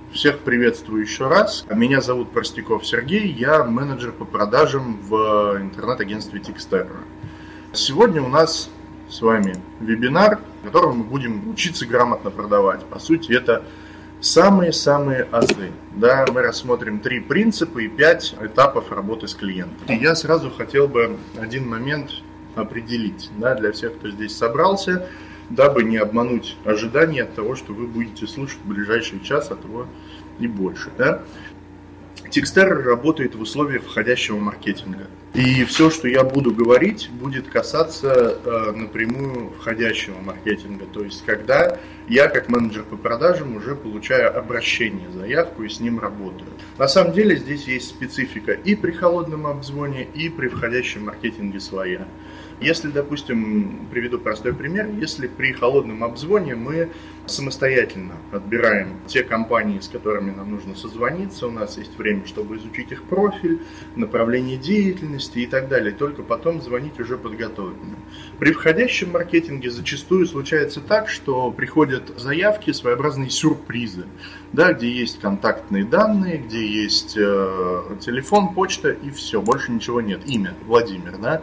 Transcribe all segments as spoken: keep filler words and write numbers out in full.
Всех приветствую еще раз. Меня зовут Простяков Сергей, я менеджер по продажам в интернет-агентстве Tixterra. Сегодня у нас с вами вебинар, в котором мы будем учиться грамотно продавать. По сути, это самые-самые азы. Да, мы рассмотрим три принципа и пять этапов работы с клиентом. И я сразу хотел бы один момент определить, да, для всех, кто здесь собрался, дабы не обмануть ожидания от того, что вы будете слушать в ближайший час, а того и больше. Да? Tixterra работает в условиях входящего маркетинга. И все, что я буду говорить, будет касаться э, напрямую входящего маркетинга. То есть, когда я, как менеджер по продажам, уже получаю обращение, заявку и с ним работаю. На самом деле, здесь есть специфика и при холодном обзвоне, и при входящем маркетинге своя. Если, допустим, приведу простой пример, если при холодном обзвоне мы самостоятельно отбираем те компании, с которыми нам нужно созвониться, у нас есть время, чтобы изучить их профиль, направление деятельности и так далее, только потом звонить уже подготовленным. При входящем маркетинге зачастую случается так, что приходят заявки, своеобразные сюрпризы, да, где есть контактные данные, где есть э, телефон, почта и все, больше ничего нет, имя Владимир, да.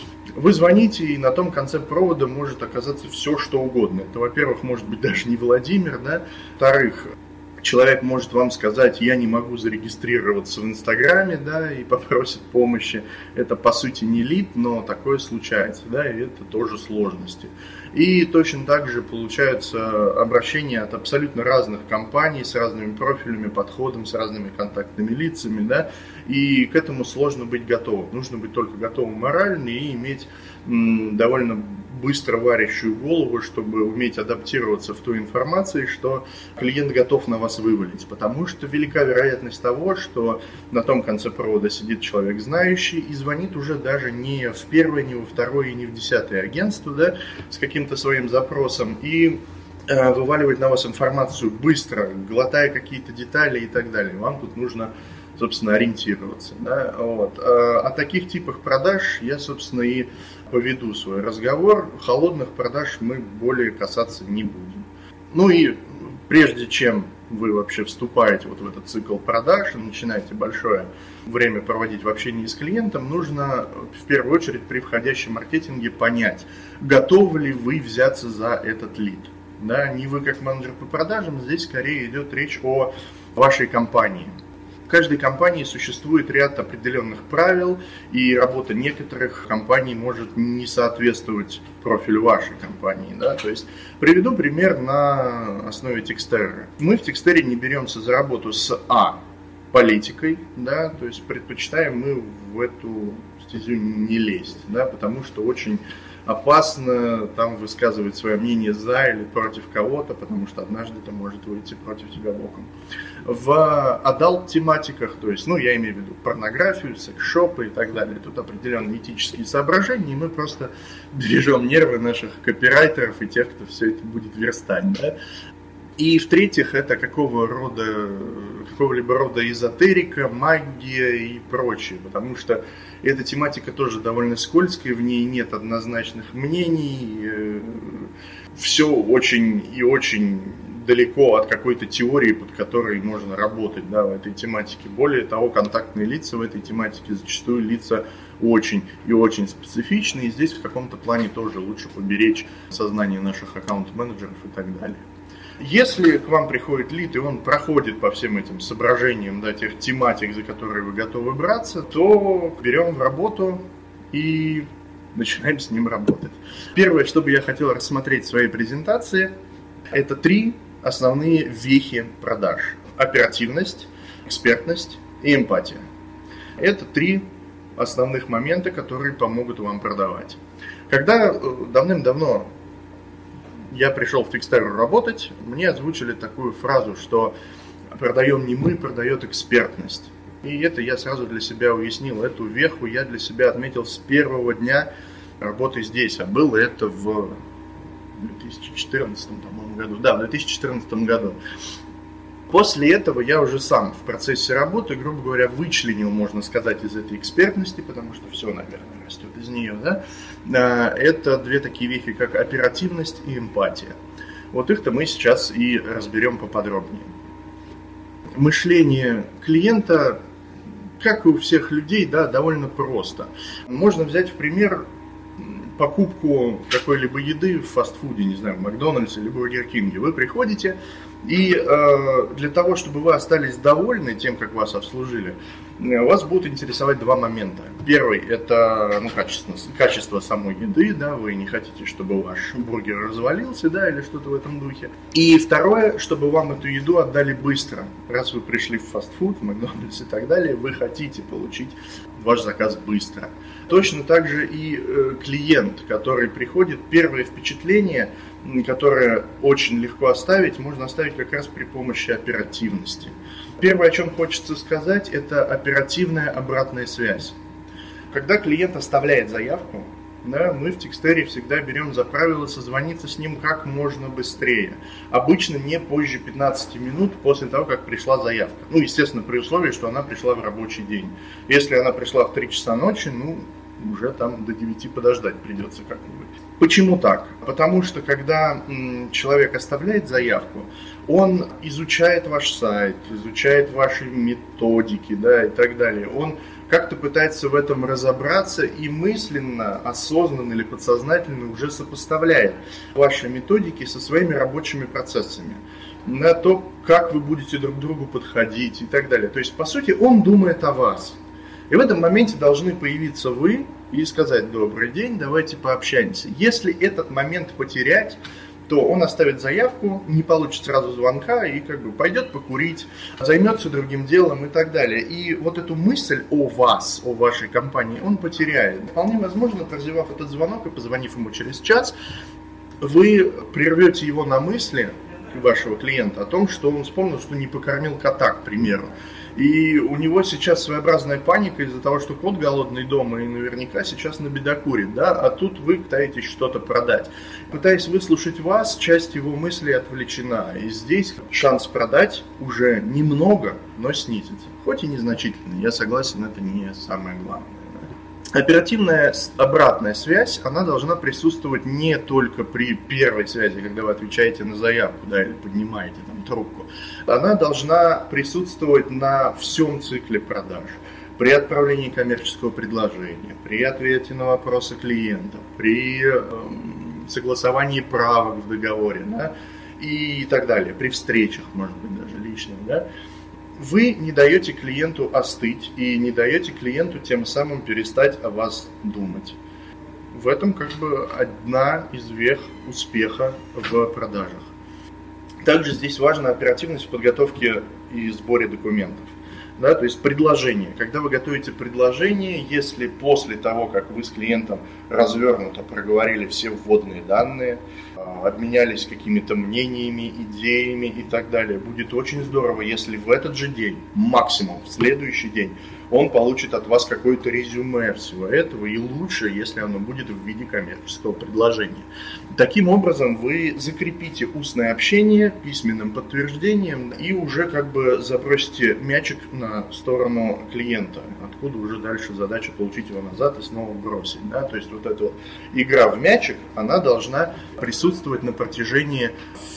Вы звоните, и на том конце провода может оказаться все, что угодно. Это, во-первых, может быть даже не Владимир, да. Во-вторых, человек может вам сказать: я не могу зарегистрироваться в Инстаграме, да, и попросит помощи. Это, по сути, не лид, но такое случается, да, и это тоже сложности. И точно так же получаются обращения от абсолютно разных компаний с разными профилями, подходом, с разными контактными лицами, да, и к этому сложно быть готовым. Нужно быть только готовым морально и иметь м, довольно быстро варящую голову, чтобы уметь адаптироваться в той информации, что клиент готов на вас вывалить. Потому что велика вероятность того, что на том конце провода сидит человек знающий и звонит уже даже не в первое, не во второе и не в десятое агентство, да, с каким-то своим запросом, и э, вываливать на вас информацию быстро, глотая какие-то детали и так далее. Вам тут нужно, собственно, ориентироваться. Да? Вот. О таких типах продаж я, собственно, и поведу свой разговор. Холодных продаж мы более касаться не будем. Ну и прежде чем вы вообще вступаете вот в этот цикл продаж и начинаете большое время проводить в общении с клиентом, нужно в первую очередь при входящем маркетинге понять, готовы ли вы взяться за этот лид. Да? Не вы как менеджер по продажам, здесь скорее идет речь о вашей компании. В каждой компании существует ряд определенных правил, и работа некоторых компаний может не соответствовать профилю вашей компании. Да? То есть приведу пример на основе Tixterra. Мы в Tixterra не беремся за работу с А политикой, да? То есть предпочитаем мы в эту стезю не лезть, да? Потому что очень опасно там высказывать свое мнение за или против кого-то, потому что однажды это может выйти против тебя боком. В адалт тематиках, то есть, ну, я имею в виду порнографию, секс-шопы и так далее, тут определенные этические соображения, и мы просто бережем нервы наших копирайтеров и тех, кто все это будет верстать, да? И в-третьих, это какого рода, какого-либо рода эзотерика, магия и прочее, потому что эта тематика тоже довольно скользкая, в ней нет однозначных мнений, все очень и очень далеко от какой-то теории, под которой можно работать, да, в этой тематике. Более того, контактные лица в этой тематике зачастую лица очень и очень специфичные, и здесь в каком-то плане тоже лучше поберечь сознание наших аккаунт-менеджеров и так далее. Если к вам приходит лид, и он проходит по всем этим соображениям, да, тех тематик, за которые вы готовы браться, то берем в работу и начинаем с ним работать. Первое, что бы я хотел рассмотреть в своей презентации, это три основные вехи продаж. Оперативность, экспертность и эмпатия. Это три основных момента, которые помогут вам продавать. Когда давным-давно я пришел в Tixterra работать, мне озвучили такую фразу, что продаем не мы, продает экспертность. И это я сразу для себя уяснил. Эту веху я для себя отметил с первого дня работы здесь. А было это в две тысячи четырнадцатом, по-моему, году. Да, в две тысячи четырнадцатом году. После этого я уже сам в процессе работы, грубо говоря, вычленил, можно сказать, из этой экспертности, потому что все, наверное, растет из нее, да? Это две такие вехи, как оперативность и эмпатия. Вот их-то мы сейчас и разберем поподробнее. Мышление клиента, как и у всех людей, да, довольно просто. Можно взять в пример покупку какой-либо еды в фастфуде, не знаю, в Макдональдсе или Бургер Кинге. Вы приходите, и э, для того, чтобы вы остались довольны тем, как вас обслужили, вас будут интересовать два момента. Первый – это ну, качество, качество самой еды, да, вы не хотите, чтобы ваш бургер развалился, да, или что-то в этом духе. И второе, чтобы вам эту еду отдали быстро. Раз вы пришли в фастфуд, в Макдональдс и так далее, вы хотите получить ваш заказ быстро. Точно так же и э, клиент, который приходит, первое впечатление, которое очень легко оставить, можно оставить как раз при помощи оперативности. Первое, о чем хочется сказать, это оперативная обратная связь. Когда клиент оставляет заявку, да, мы в Тикстере всегда берем за правило созвониться с ним как можно быстрее. Обычно не позже пятнадцати минут после того, как пришла заявка. Ну, естественно, при условии, что она пришла в рабочий день. Если она пришла в три часа ночи, ну, уже там до девяти подождать придется как-нибудь. Почему так? Потому что когда м, человек оставляет заявку, он изучает ваш сайт, изучает ваши методики, да, и так далее. Он как-то пытается в этом разобраться и мысленно, осознанно или подсознательно уже сопоставляет ваши методики со своими рабочими процессами. На то, как вы будете друг к другу подходить и так далее. То есть, по сути, он думает о вас. И в этом моменте должны появиться вы и сказать: добрый день, давайте пообщаемся. Если этот момент потерять, то он оставит заявку, не получит сразу звонка и как бы пойдет покурить, займется другим делом и так далее. И вот эту мысль о вас, о вашей компании он потеряет. Вполне возможно, прозевав этот звонок и позвонив ему через час, вы прервете его на мысли вашего клиента о том, что он вспомнил, что не покормил кота, к примеру. И у него сейчас своеобразная паника из-за того, что кот голодный дома и наверняка сейчас набедокурит, да, а тут вы пытаетесь что-то продать. Пытаясь выслушать вас, часть его мыслей отвлечена, и здесь шанс продать уже немного, но снизится. Хоть и незначительно, я согласен, это не самое главное. Оперативная обратная связь, она должна присутствовать не только при первой связи, когда вы отвечаете на заявку, да, или поднимаете там трубку. Она должна присутствовать на всем цикле продаж. При отправлении коммерческого предложения, при ответе на вопросы клиента, при э, согласовании правок в договоре, да, и так далее, при встречах, может быть, даже личных, да. Вы не даете клиенту остыть и не даете клиенту тем самым перестать о вас думать. В этом как бы одна из вех успеха в продажах. Также здесь важна оперативность в подготовке и сборе документов. Да, то есть предложение. Когда вы готовите предложение, если после того, как вы с клиентом развернуто проговорили все вводные данные, обменялись какими-то мнениями, идеями и так далее, будет очень здорово, если в этот же день, максимум в следующий день, он получит от вас какое-то резюме всего этого, и лучше, если оно будет в виде коммерческого предложения. Таким образом, вы закрепите устное общение письменным подтверждением и уже как бы забросите мячик на сторону клиента, откуда уже дальше задача получить его назад и снова бросить. Да? То есть вот эта вот игра в мячик, она должна присутствовать на протяжении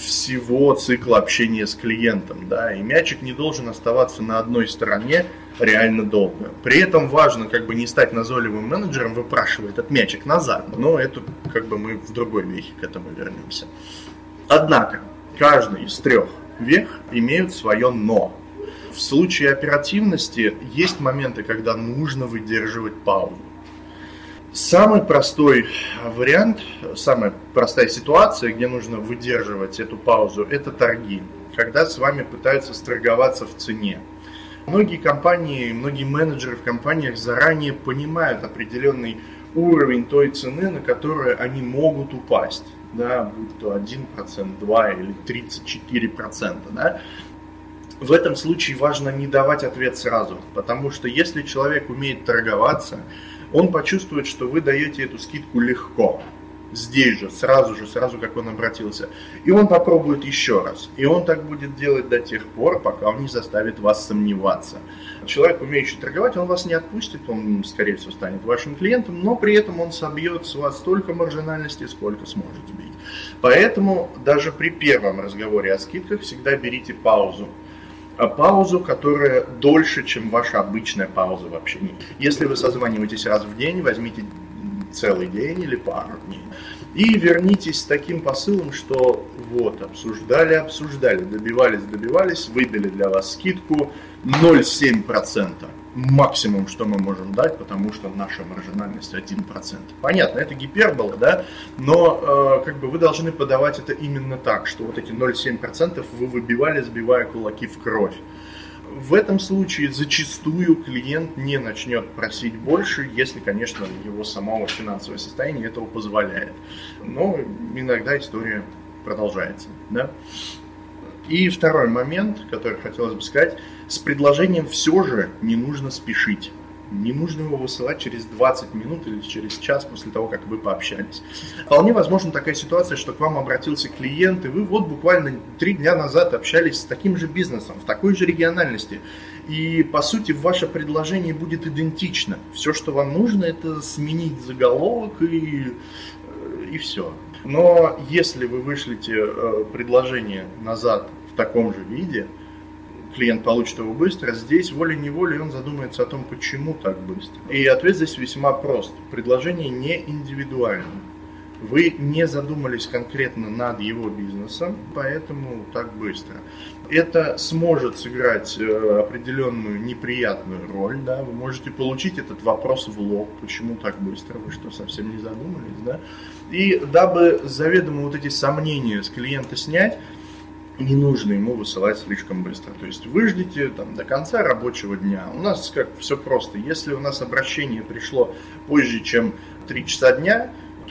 всего цикла общения с клиентом. Да? И мячик не должен оставаться на одной стороне реально долго. При этом важно как бы не стать назойливым менеджером, выпрашивая этот мячик назад, но это как бы мы в другой вехе к этому вернемся. Однако, каждый из трех вех имеют свое «но». В случае оперативности есть моменты, когда нужно выдерживать паузу. Самый простой вариант, самая простая ситуация, где нужно выдерживать эту паузу, это торги, когда с вами пытаются сторговаться в цене. Многие компании, многие менеджеры в компаниях заранее понимают определенный уровень той цены, на которую они могут упасть, да, будь то один процент, два процента или тридцать четыре процента. Да. В этом случае важно не давать ответ сразу, потому что если человек умеет торговаться, он почувствует, что вы даете эту скидку легко. Здесь же, сразу же, сразу как он обратился. И он попробует еще раз. И он так будет делать до тех пор, пока он не заставит вас сомневаться. Человек, умеющий торговать, он вас не отпустит, он, скорее всего, станет вашим клиентом, но при этом он собьет с вас столько маржинальности, сколько сможет сбить. Поэтому даже при первом разговоре о скидках всегда берите паузу. паузу, которая дольше, чем ваша обычная пауза в общении. Если вы созваниваетесь раз в день, возьмите целый день или пару дней. И вернитесь с таким посылом, что вот, обсуждали, обсуждали, добивались, добивались, выдали для вас скидку ноль целых семь десятых процента. Максимум, что мы можем дать, потому что наша маржинальность один процент. Понятно, это гипербола, да, но э, как бы вы должны подавать это именно так, что вот эти ноль целых семь десятых процента вы выбивали, сбивая кулаки в кровь. В этом случае зачастую клиент не начнет просить больше, если, конечно, его самого финансовое состояние этого позволяет. Но иногда история продолжается. Да? И второй момент, который хотелось бы сказать, с предложением все же не нужно спешить. Не нужно его высылать через двадцать минут или через час после того, как вы пообщались. Вполне возможна такая ситуация, что к вам обратился клиент, и вы вот буквально три дня назад общались с таким же бизнесом, в такой же региональности. И, по сути, ваше предложение будет идентично. Все, что вам нужно, это сменить заголовок и, и все. Но если вы вышлете предложение назад в таком же виде, клиент получит его быстро, здесь волей-неволей он задумается о том, почему так быстро. И ответ здесь весьма прост. Предложение не индивидуально. Вы не задумались конкретно над его бизнесом, поэтому так быстро. Это сможет сыграть определенную неприятную роль, да? Вы можете получить этот вопрос в лоб, почему так быстро, вы что, совсем не задумались, да? И дабы заведомо вот эти сомнения с клиента снять, не нужно ему высылать слишком быстро. То есть вы ждите там, до конца рабочего дня. У нас как все просто. Если у нас обращение пришло позже, чем три часа дня,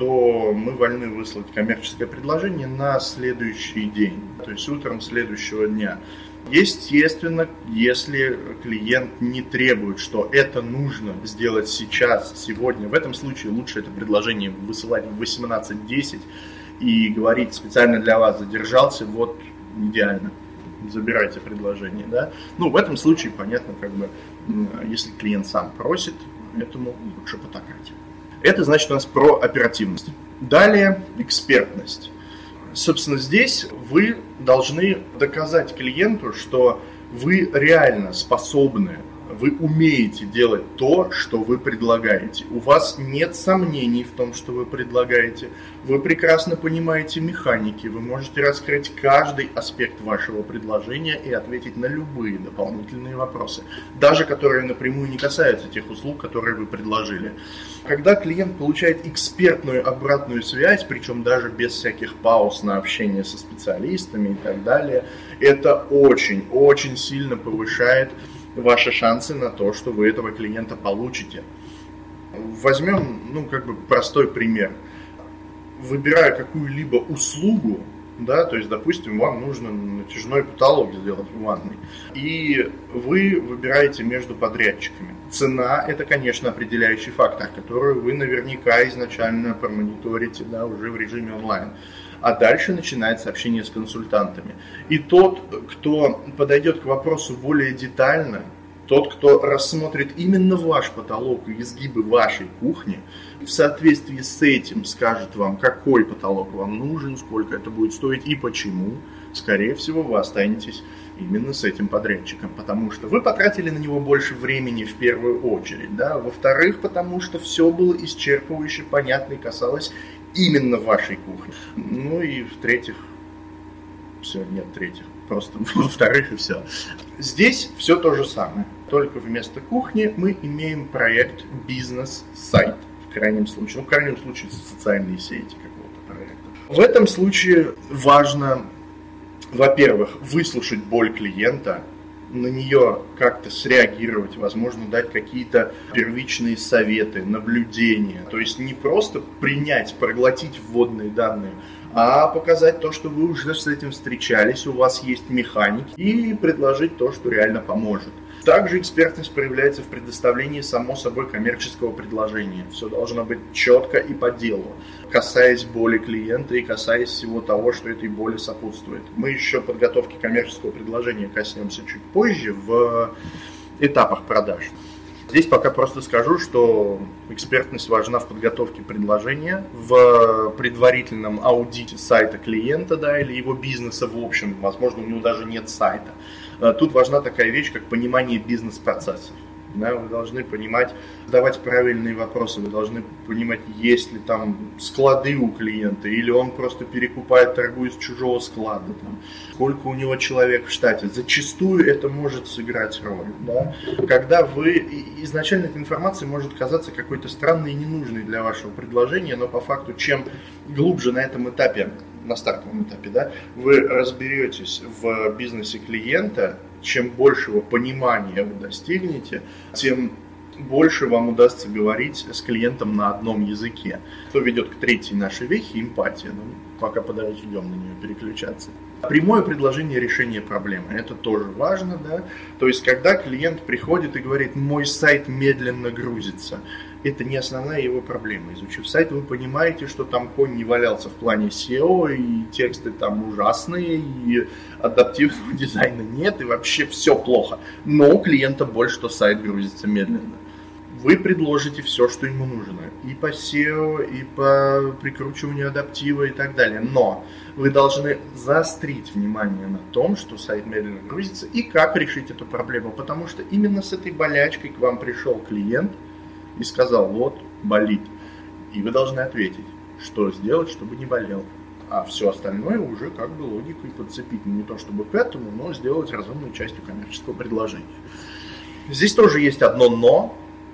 то мы вольны выслать коммерческое предложение на следующий день, то есть утром следующего дня. Естественно, если клиент не требует, что это нужно сделать сейчас, сегодня, в этом случае лучше это предложение высылать в восемнадцать десять и говорить специально для вас задержался, вот идеально, забирайте предложение, да. Ну, в этом случае, понятно, как бы, если клиент сам просит, этому лучше потакать. Это значит у нас про оперативность. Далее экспертность. Собственно, здесь вы должны доказать клиенту, что вы реально способны, вы умеете делать то, что вы предлагаете. У вас нет сомнений в том, что вы предлагаете. Вы прекрасно понимаете механики. Вы можете раскрыть каждый аспект вашего предложения и ответить на любые дополнительные вопросы, даже которые напрямую не касаются тех услуг, которые вы предложили. Когда клиент получает экспертную обратную связь, причем даже без всяких пауз на общение со специалистами и так далее, это очень-очень сильно повышает ваши шансы на то, что вы этого клиента получите. Возьмем, ну, как бы простой пример. Выбирая какую-либо услугу, да, то есть, допустим, вам нужно натяжной потолок сделать в ванной, и вы выбираете между подрядчиками. Цена – это, конечно, определяющий фактор, который вы наверняка изначально промониторите, да, уже в режиме онлайн. А дальше начинается общение с консультантами. И тот, кто подойдет к вопросу более детально, тот, кто рассмотрит именно ваш потолок и изгибы вашей кухни, в соответствии с этим скажет вам, какой потолок вам нужен, сколько это будет стоить и почему, скорее всего, вы останетесь именно с этим подрядчиком, потому что вы потратили на него больше времени в первую очередь, да? Во-вторых, потому что все было исчерпывающе, понятно и касалось именно вашей кухни. Ну и в-третьих, все, нет третьих, просто во-вторых и все. Здесь все то же самое, только вместо кухни мы имеем проект бизнес-сайт, в крайнем случае, ну в крайнем случае социальные сети какого-то проекта. В этом случае важно, во-первых, выслушать боль клиента, на нее как-то среагировать, возможно, дать какие-то первичные советы, наблюдения. То есть не просто принять, проглотить вводные данные, а показать то, что вы уже с этим встречались, у вас есть механики, и предложить то, что реально поможет. Также экспертность проявляется в предоставлении, само собой, коммерческого предложения. Все должно быть четко и по делу, касаясь боли клиента и касаясь всего того, что этой боли сопутствует. Мы еще подготовки коммерческого предложения коснемся чуть позже в этапах продаж. Здесь пока просто скажу, что экспертность важна в подготовке предложения, в предварительном аудите сайта клиента, да, или его бизнеса в общем, возможно, у него даже нет сайта. Тут важна такая вещь, как понимание бизнес-процессов. Да, вы должны понимать, задавать правильные вопросы, вы должны понимать, есть ли там склады у клиента, или он просто перекупает, торгует с чужого склада, там, сколько у него человек в штате. Зачастую это может сыграть роль. Да? Когда вы, изначально эта информация может казаться какой-то странной и ненужной для вашего предложения, но по факту, чем глубже на этом этапе, на стартовом этапе, да, вы разберетесь в бизнесе клиента, чем большего понимания вы достигнете, тем больше вам удастся говорить с клиентом на одном языке. Что ведет к третьей нашей вехе – эмпатия. Ну, пока подождем на нее переключаться. Прямое предложение решения проблемы. Это тоже важно, да? То есть, когда клиент приходит и говорит, мой сайт медленно грузится, это не основная его проблема. Изучив сайт, вы понимаете, что там конь не валялся в плане сео, и тексты там ужасные, и адаптивного дизайна нет, и вообще все плохо. Но у клиента боль, что сайт грузится медленно. Вы предложите все, что ему нужно. И по сео, и по прикручиванию адаптива и так далее. Но вы должны заострить внимание на том, что сайт медленно грузится, и как решить эту проблему. Потому что именно с этой болячкой к вам пришел клиент и сказал, вот, болит. И вы должны ответить, что сделать, чтобы не болел. А все остальное уже как бы логикой подцепить. Не то чтобы к этому, но сделать разумной частью коммерческого предложения. Здесь тоже есть одно «но».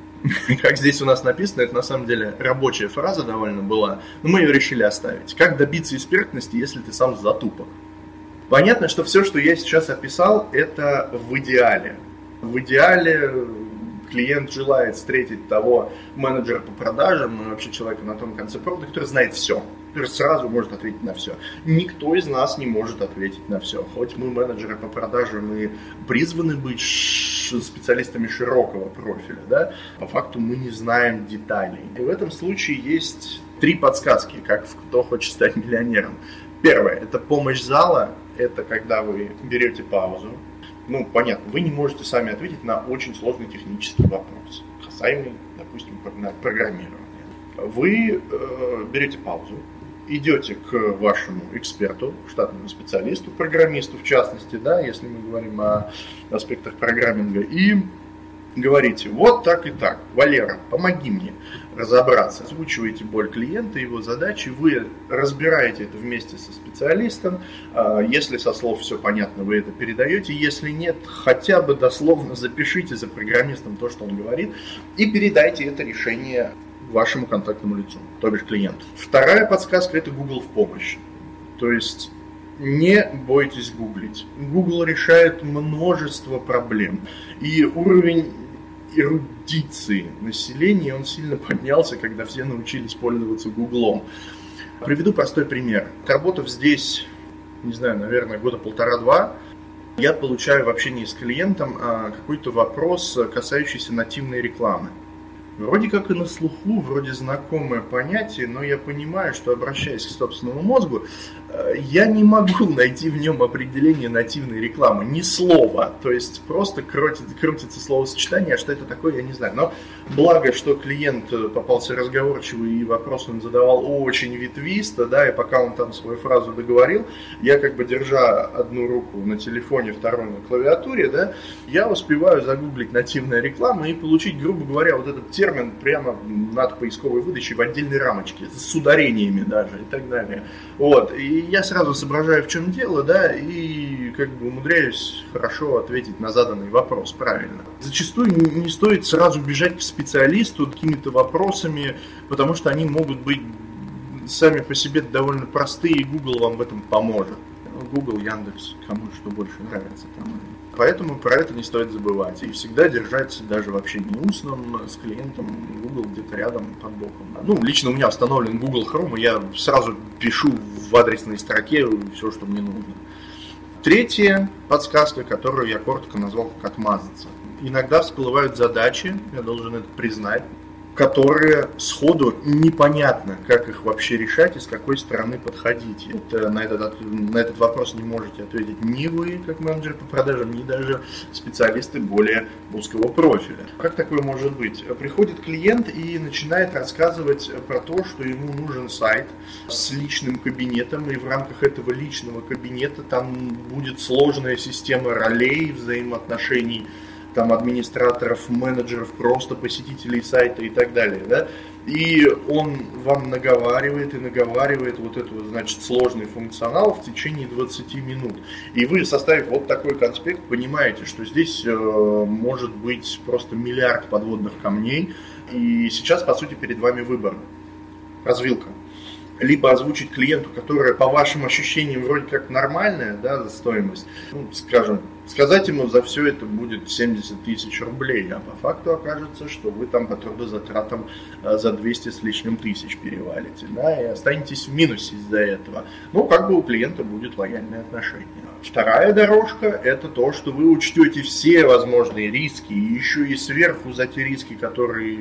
Как здесь у нас написано, это на самом деле рабочая фраза довольно была, но мы ее решили оставить. Как добиться экспертности, если ты сам затупок? Понятно, что все, что я сейчас описал, это в идеале. В идеале клиент желает встретить того менеджера по продажам, и вообще человека на том конце провода, который знает все, который сразу может ответить на все. Никто из нас не может ответить на все. Хоть мы менеджеры по продажам и призваны быть специалистами широкого профиля, да, по факту мы не знаем деталей. И в этом случае есть три подсказки, как кто хочет стать миллионером. Первое – это помощь зала, это когда вы берете паузу. Ну, понятно, вы не можете сами ответить на очень сложный технический вопрос, касаемый, допустим, программирования. Вы э, берете паузу, идете к вашему эксперту, штатному специалисту, программисту в частности, да, если мы говорим о аспектах программинга, и говорите, вот так и так, Валера, помоги мне разобраться. Озвучиваете боль клиента, его задачи, вы разбираете это вместе со специалистом. Если со слов все понятно, вы это передаете. Если нет, хотя бы дословно запишите за программистом то, что он говорит, и передайте это решение вашему контактному лицу, то бишь клиенту. Вторая подсказка – это Google в помощь. То есть не бойтесь гуглить. Google решает множество проблем. И уровень эрудиции населения, он сильно поднялся, когда все научились пользоваться Гуглом. Приведу простой пример. Работав здесь, не знаю, наверное, года полтора-два, я получаю в общении с клиентом какой-то вопрос, касающийся нативной рекламы. Вроде как и на слуху, вроде знакомое понятие, но я понимаю, что, обращаясь к собственному мозгу, я не могу найти в нем определение нативной рекламы, ни слова. То есть просто крутится, крутится словосочетание, а что это такое, я не знаю. Но благо, что клиент попался разговорчивый и вопрос он задавал очень ветвисто, да, и пока он там свою фразу договорил, я как бы держа одну руку на телефоне, вторую на клавиатуре, да, я успеваю загуглить нативная реклама и получить, грубо говоря, вот этот термин прямо над поисковой выдачей в отдельной рамочке, с ударениями даже и так далее. Вот. И я сразу соображаю, в чем дело, да, и как бы умудряюсь хорошо ответить на заданный вопрос правильно. Зачастую не стоит сразу бежать к специалисту какими-то вопросами, потому что они могут быть сами по себе довольно простые, и Google вам в этом поможет. Google, Яндекс, кому что больше нравится. Там. Поэтому про это не стоит забывать. И всегда держать даже в общении устном с клиентом Google где-то рядом под боком. Ну, лично у меня установлен Google Chrome, и я сразу пишу в адресной строке все, что мне нужно. Третья подсказка, которую я коротко назвал как «отмазаться». Иногда всплывают задачи, я должен это признать. которые сходу непонятно, как их вообще решать и с какой стороны подходить. Это, на, этот, на этот вопрос не можете ответить ни вы, как менеджер по продажам, ни даже специалисты более узкого профиля. Как такое может быть? Приходит клиент и начинает рассказывать про то, что ему нужен сайт с личным кабинетом, и в рамках этого личного кабинета там будет сложная система ролей, взаимоотношений там администраторов, менеджеров, просто посетителей сайта и так далее, да, и он вам наговаривает и наговаривает вот этот, значит, сложный функционал в течение двадцати минут. И вы, составив вот такой конспект, понимаете, что здесь э, может быть просто миллиард подводных камней, и сейчас, по сути, перед вами выбор, развилка. Либо озвучить клиенту, которая по вашим ощущениям вроде как нормальная, да, стоимость, ну, скажем, сказать ему за все это будет семьдесят тысяч рублей, а по факту окажется, что вы там по трудозатратам за двести с лишним тысяч перевалите, да, и останетесь в минусе из-за этого. Ну, как бы у клиента будет лояльное отношение. Вторая дорожка – это то, что вы учтете все возможные риски, и еще и сверху за те риски, которые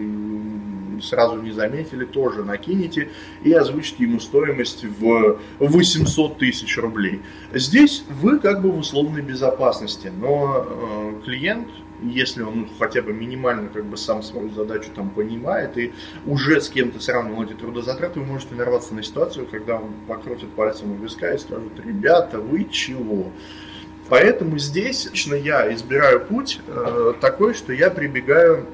сразу не заметили, тоже накинете и озвучите ему стоимость в восемьсот тысяч рублей. Здесь вы как бы в условной безопасности, но э, клиент, если он хотя бы минимально как бы сам свою задачу там понимает и уже с кем-то сравнивал эти трудозатраты, вы можете нарваться на ситуацию, когда он покрутит пальцем у виска и скажет: ребята, вы чего? Поэтому здесь лично я избираю путь э, такой, что я прибегаю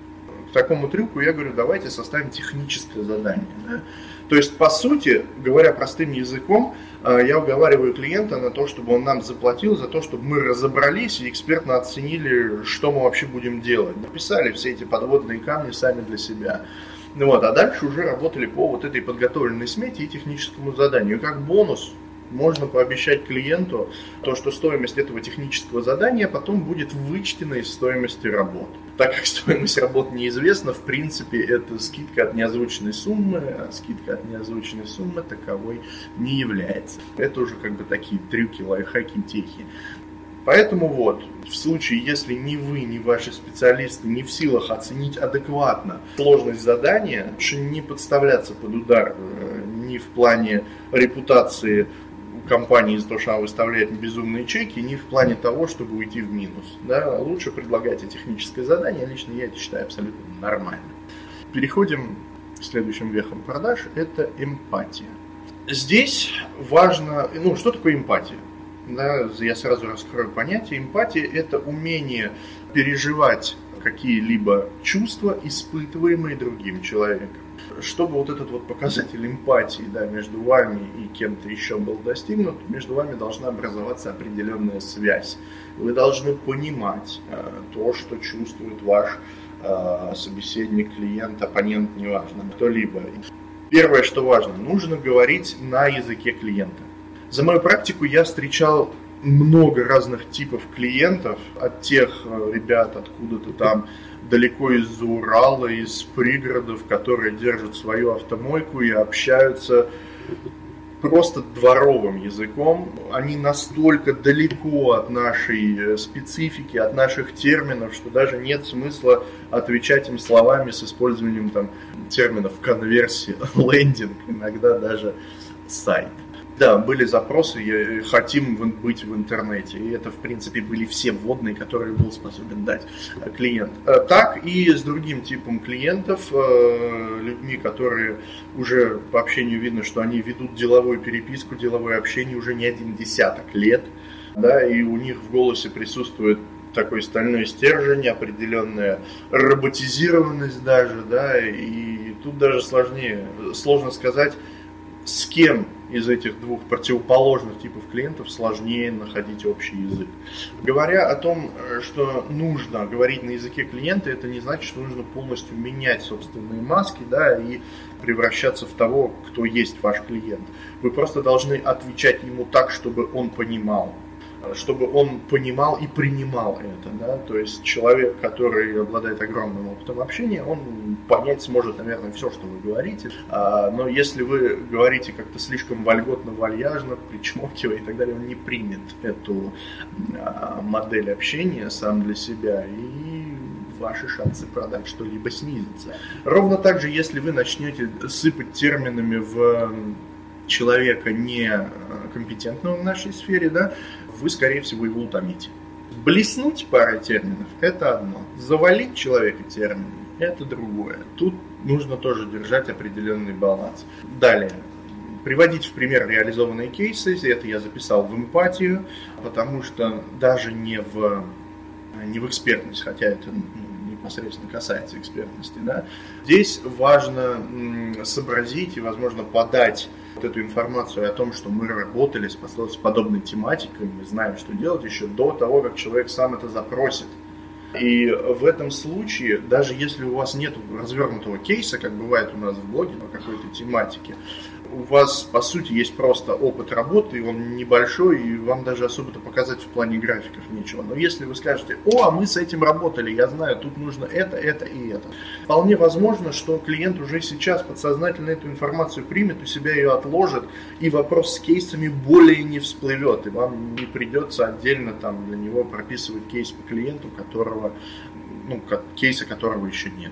к такому трюку, я говорю: давайте составим техническое задание. Да? То есть, по сути, говоря простым языком, я уговариваю клиента на то, чтобы он нам заплатил за то, чтобы мы разобрались и экспертно оценили, что мы вообще будем делать. Написали все эти подводные камни сами для себя. Вот, а дальше уже работали по вот этой подготовленной смете и техническому заданию. И как бонус можно пообещать клиенту то, что стоимость этого технического задания потом будет вычтена из стоимости работ. Так как стоимость работ неизвестна, в принципе, это скидка от неозвученной суммы, а скидка от неозвученной суммы таковой не является. Это уже как бы такие трюки, лайфхаки, техи. Поэтому вот, в случае, если ни вы, ни ваши специалисты не в силах оценить адекватно сложность задания, лучше не подставляться под удар ни в плане репутации компании за то, что она выставляет безумные чеки, ни в плане того, чтобы уйти в минус. Да? Лучше предлагайте техническое задание, лично я это считаю абсолютно нормально. Переходим к следующим вехам продаж, это эмпатия. Здесь важно, ну что такое эмпатия? Да, я сразу раскрою понятие. Эмпатия – это умение переживать какие-либо чувства, испытываемые другим человеком. Чтобы вот этот вот показатель эмпатии, да, между вами и кем-то еще был достигнут, между вами должна образоваться определенная связь. Вы должны понимать э, то, что чувствует ваш э, собеседник, клиент, оппонент, неважно, кто-либо. Первое, что важно, нужно говорить на языке клиента. За мою практику я встречал много разных типов клиентов, от тех ребят откуда-то там далеко из-за Урала, из пригородов, которые держат свою автомойку и общаются просто дворовым языком. Они настолько далеко от нашей специфики, от наших терминов, что даже нет смысла отвечать им словами с использованием там терминов конверсия, лендинг, иногда даже сайт. Да, были запросы, хотим быть в интернете, и это, в принципе, были все вводные, которые был способен дать клиент. Так и с другим типом клиентов, людьми, которые уже по общению видно, что они ведут деловую переписку, деловое общение уже не один десяток лет, да, и у них в голосе присутствует такой стальной стержень, определенная роботизированность даже, да, и тут даже сложнее, сложно сказать, с кем из этих двух противоположных типов клиентов сложнее находить общий язык. Говоря о том, что нужно говорить на языке клиента, это не значит, что нужно полностью менять собственные маски, да, и превращаться в того, кто есть ваш клиент. Вы просто должны отвечать ему так, чтобы он понимал. Чтобы он понимал и принимал это, да, то есть человек, который обладает огромным опытом общения, он понять сможет, наверное, все, что вы говорите, а, но если вы говорите как-то слишком вольготно, вальяжно, причмокивая и так далее, он не примет эту а, модель общения сам для себя, и ваши шансы продать что-либо снизятся. Ровно так же, если вы начнете сыпать терминами в человека некомпетентного в нашей сфере, да, вы, скорее всего, его утомите. Блеснуть парой терминов – это одно. Завалить человека терминами – это другое. Тут нужно тоже держать определенный баланс. Далее. Приводить в пример реализованные кейсы, это я записал в эмпатию, потому что даже не в, не в экспертность, хотя это непосредственно касается экспертности, да, здесь важно сообразить и, возможно, подать вот эту информацию о том, что мы работали с подобной тематикой, мы знаем, что делать еще до того, как человек сам это запросит. И в этом случае, даже если у вас нет развернутого кейса, как бывает у нас в блоге по какой-то тематике, у вас, по сути, есть просто опыт работы, и он небольшой, и вам даже особо-то показать в плане графиков нечего. Но если вы скажете: о, а мы с этим работали, я знаю, тут нужно это, это и это, вполне возможно, что клиент уже сейчас подсознательно эту информацию примет, у себя ее отложит, и вопрос с кейсами более не всплывет, и вам не придется отдельно там для него прописывать кейс по клиенту, которого, ну, кейса которого еще нет.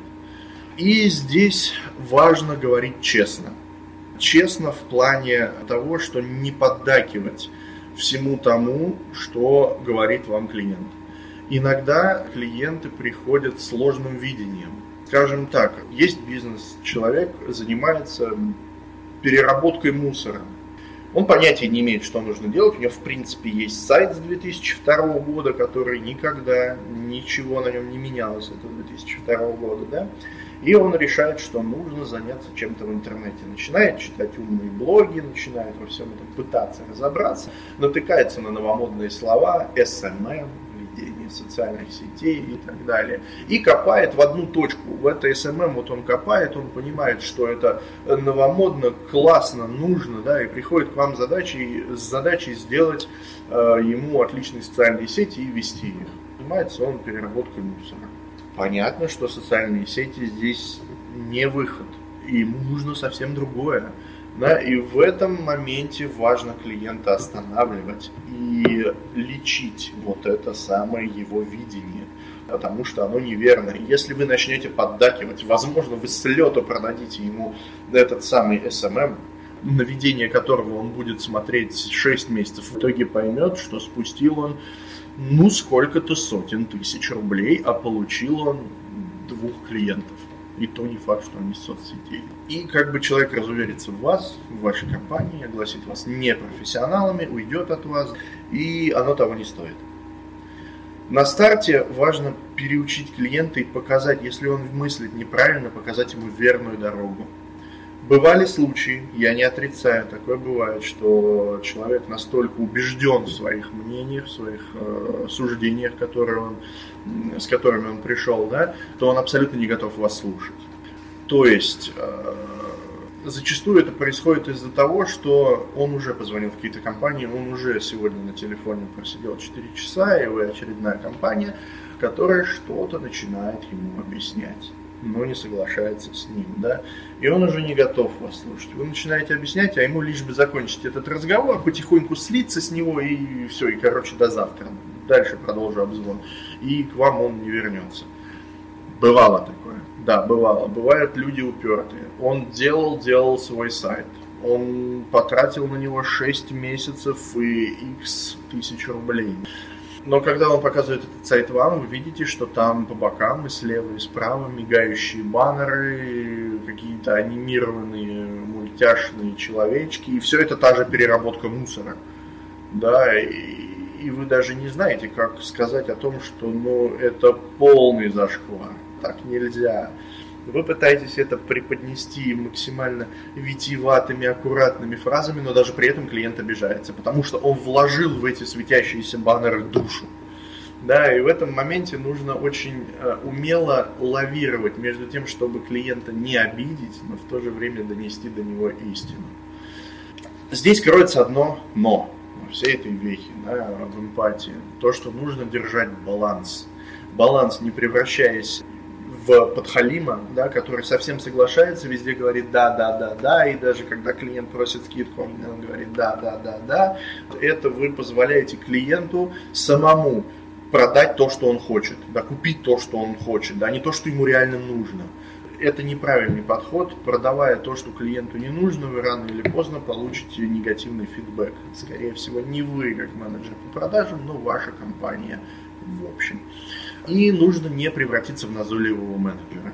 И здесь важно говорить честно. Честно в плане того, что не поддакивать всему тому, что говорит вам клиент. Иногда клиенты приходят с сложным видением. Скажем так, есть бизнес, человек занимается переработкой мусора. Он понятия не имеет, что нужно делать. У него, в принципе, есть сайт с две тысячи второго года, который никогда, ничего на нем не менялось, это две тысячи второго года, да? И он решает, что нужно заняться чем-то в интернете. Начинает читать умные блоги, начинает во всем этом пытаться разобраться, натыкается на новомодные слова, эс эм эм, ведение социальных сетей и так далее. И копает в одну точку. В это эс эм эм вот он копает, он понимает, что это новомодно, классно, нужно, да, и приходит к вам с задачей, с задачей сделать э, ему отличные социальные сети и вести их. Занимается он переработкой мусора. Понятно, что социальные сети здесь не выход, и ему нужно совсем другое. Да? И в этом моменте важно клиента останавливать и лечить вот это самое его видение, потому что оно неверно. И если вы начнете поддакивать, возможно, вы с лету продадите ему этот самый эс эм эм, на ведение которого он будет смотреть шесть месяцев, в итоге поймет, что спустил он ну сколько-то сотен тысяч рублей, а получил он двух клиентов. И то не факт, что они из соцсетей. И как бы человек разуверится в вас, в вашей компании, огласит вас непрофессионалами, уйдет от вас, и оно того не стоит. На старте важно переучить клиента и показать, если он мыслит неправильно, показать ему верную дорогу. Бывали случаи, я не отрицаю, такое бывает, что человек настолько убежден в своих мнениях, в своих э, суждениях, которые он, с которыми он пришел, да, то он абсолютно не готов вас слушать. То есть, э, зачастую это происходит из-за того, что он уже позвонил в какие-то компании, он уже сегодня на телефоне просидел четыре часа, и вы очередная компания, которая что-то начинает ему объяснять, но не соглашается с ним, да, и он уже не готов вас слушать. Вы начинаете объяснять, а ему лишь бы закончить этот разговор, потихоньку слиться с него, и все, и, короче, до завтра. Дальше продолжу обзвон. И к вам он не вернется. Бывало такое. Да, бывало. Бывают люди упертые. Он делал, делал свой сайт. Он потратил на него шесть месяцев и икс тысяч рублей. Но когда он показывает этот сайт вам, вы видите, что там по бокам и слева, и справа мигающие баннеры, какие-то анимированные мультяшные человечки, и все это та же переработка мусора. Да, и, и вы даже не знаете, как сказать о том, что ну, это полный зашквар, так нельзя. Вы пытаетесь это преподнести максимально витиеватыми, аккуратными фразами, но даже при этом клиент обижается, потому что он вложил в эти светящиеся баннеры душу. Да, и в этом моменте нужно очень э, умело лавировать между тем, чтобы клиента не обидеть, но в то же время донести до него истину. Здесь кроется одно «но» во всей этой вехе, да, в эмпатии. То, что нужно держать баланс. Баланс, не превращаясь в подхалима, да, который совсем соглашается, везде говорит да, да, да, да, и даже когда клиент просит скидку, он говорит да, да, да, да. Это вы позволяете клиенту самому продать то, что он хочет, да, купить то, что он хочет, да, не то, что ему реально нужно. Это неправильный подход. Продавая то, что клиенту не нужно, вы рано или поздно получите негативный фидбэк. Скорее всего, не вы как менеджер по продажам, но ваша компания в общем. И нужно не превратиться в назойливого менеджера.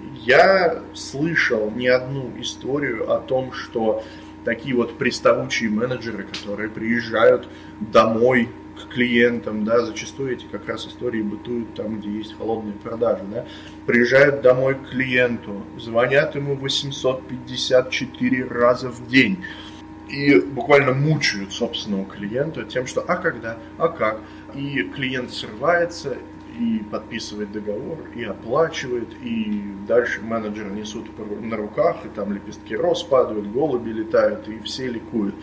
Я слышал не одну историю о том, что такие вот приставучие менеджеры, которые приезжают домой к клиентам, да, зачастую эти как раз истории бытуют там, где есть холодные продажи, да, приезжают домой к клиенту, звонят ему восемьсот пятьдесят четыре раза в день и буквально мучают собственного клиента тем, что а когда, а как, и клиент срывается и подписывает договор, и оплачивает, и дальше менеджеры несут на руках, и там лепестки роз падают, голуби летают, и все ликуют.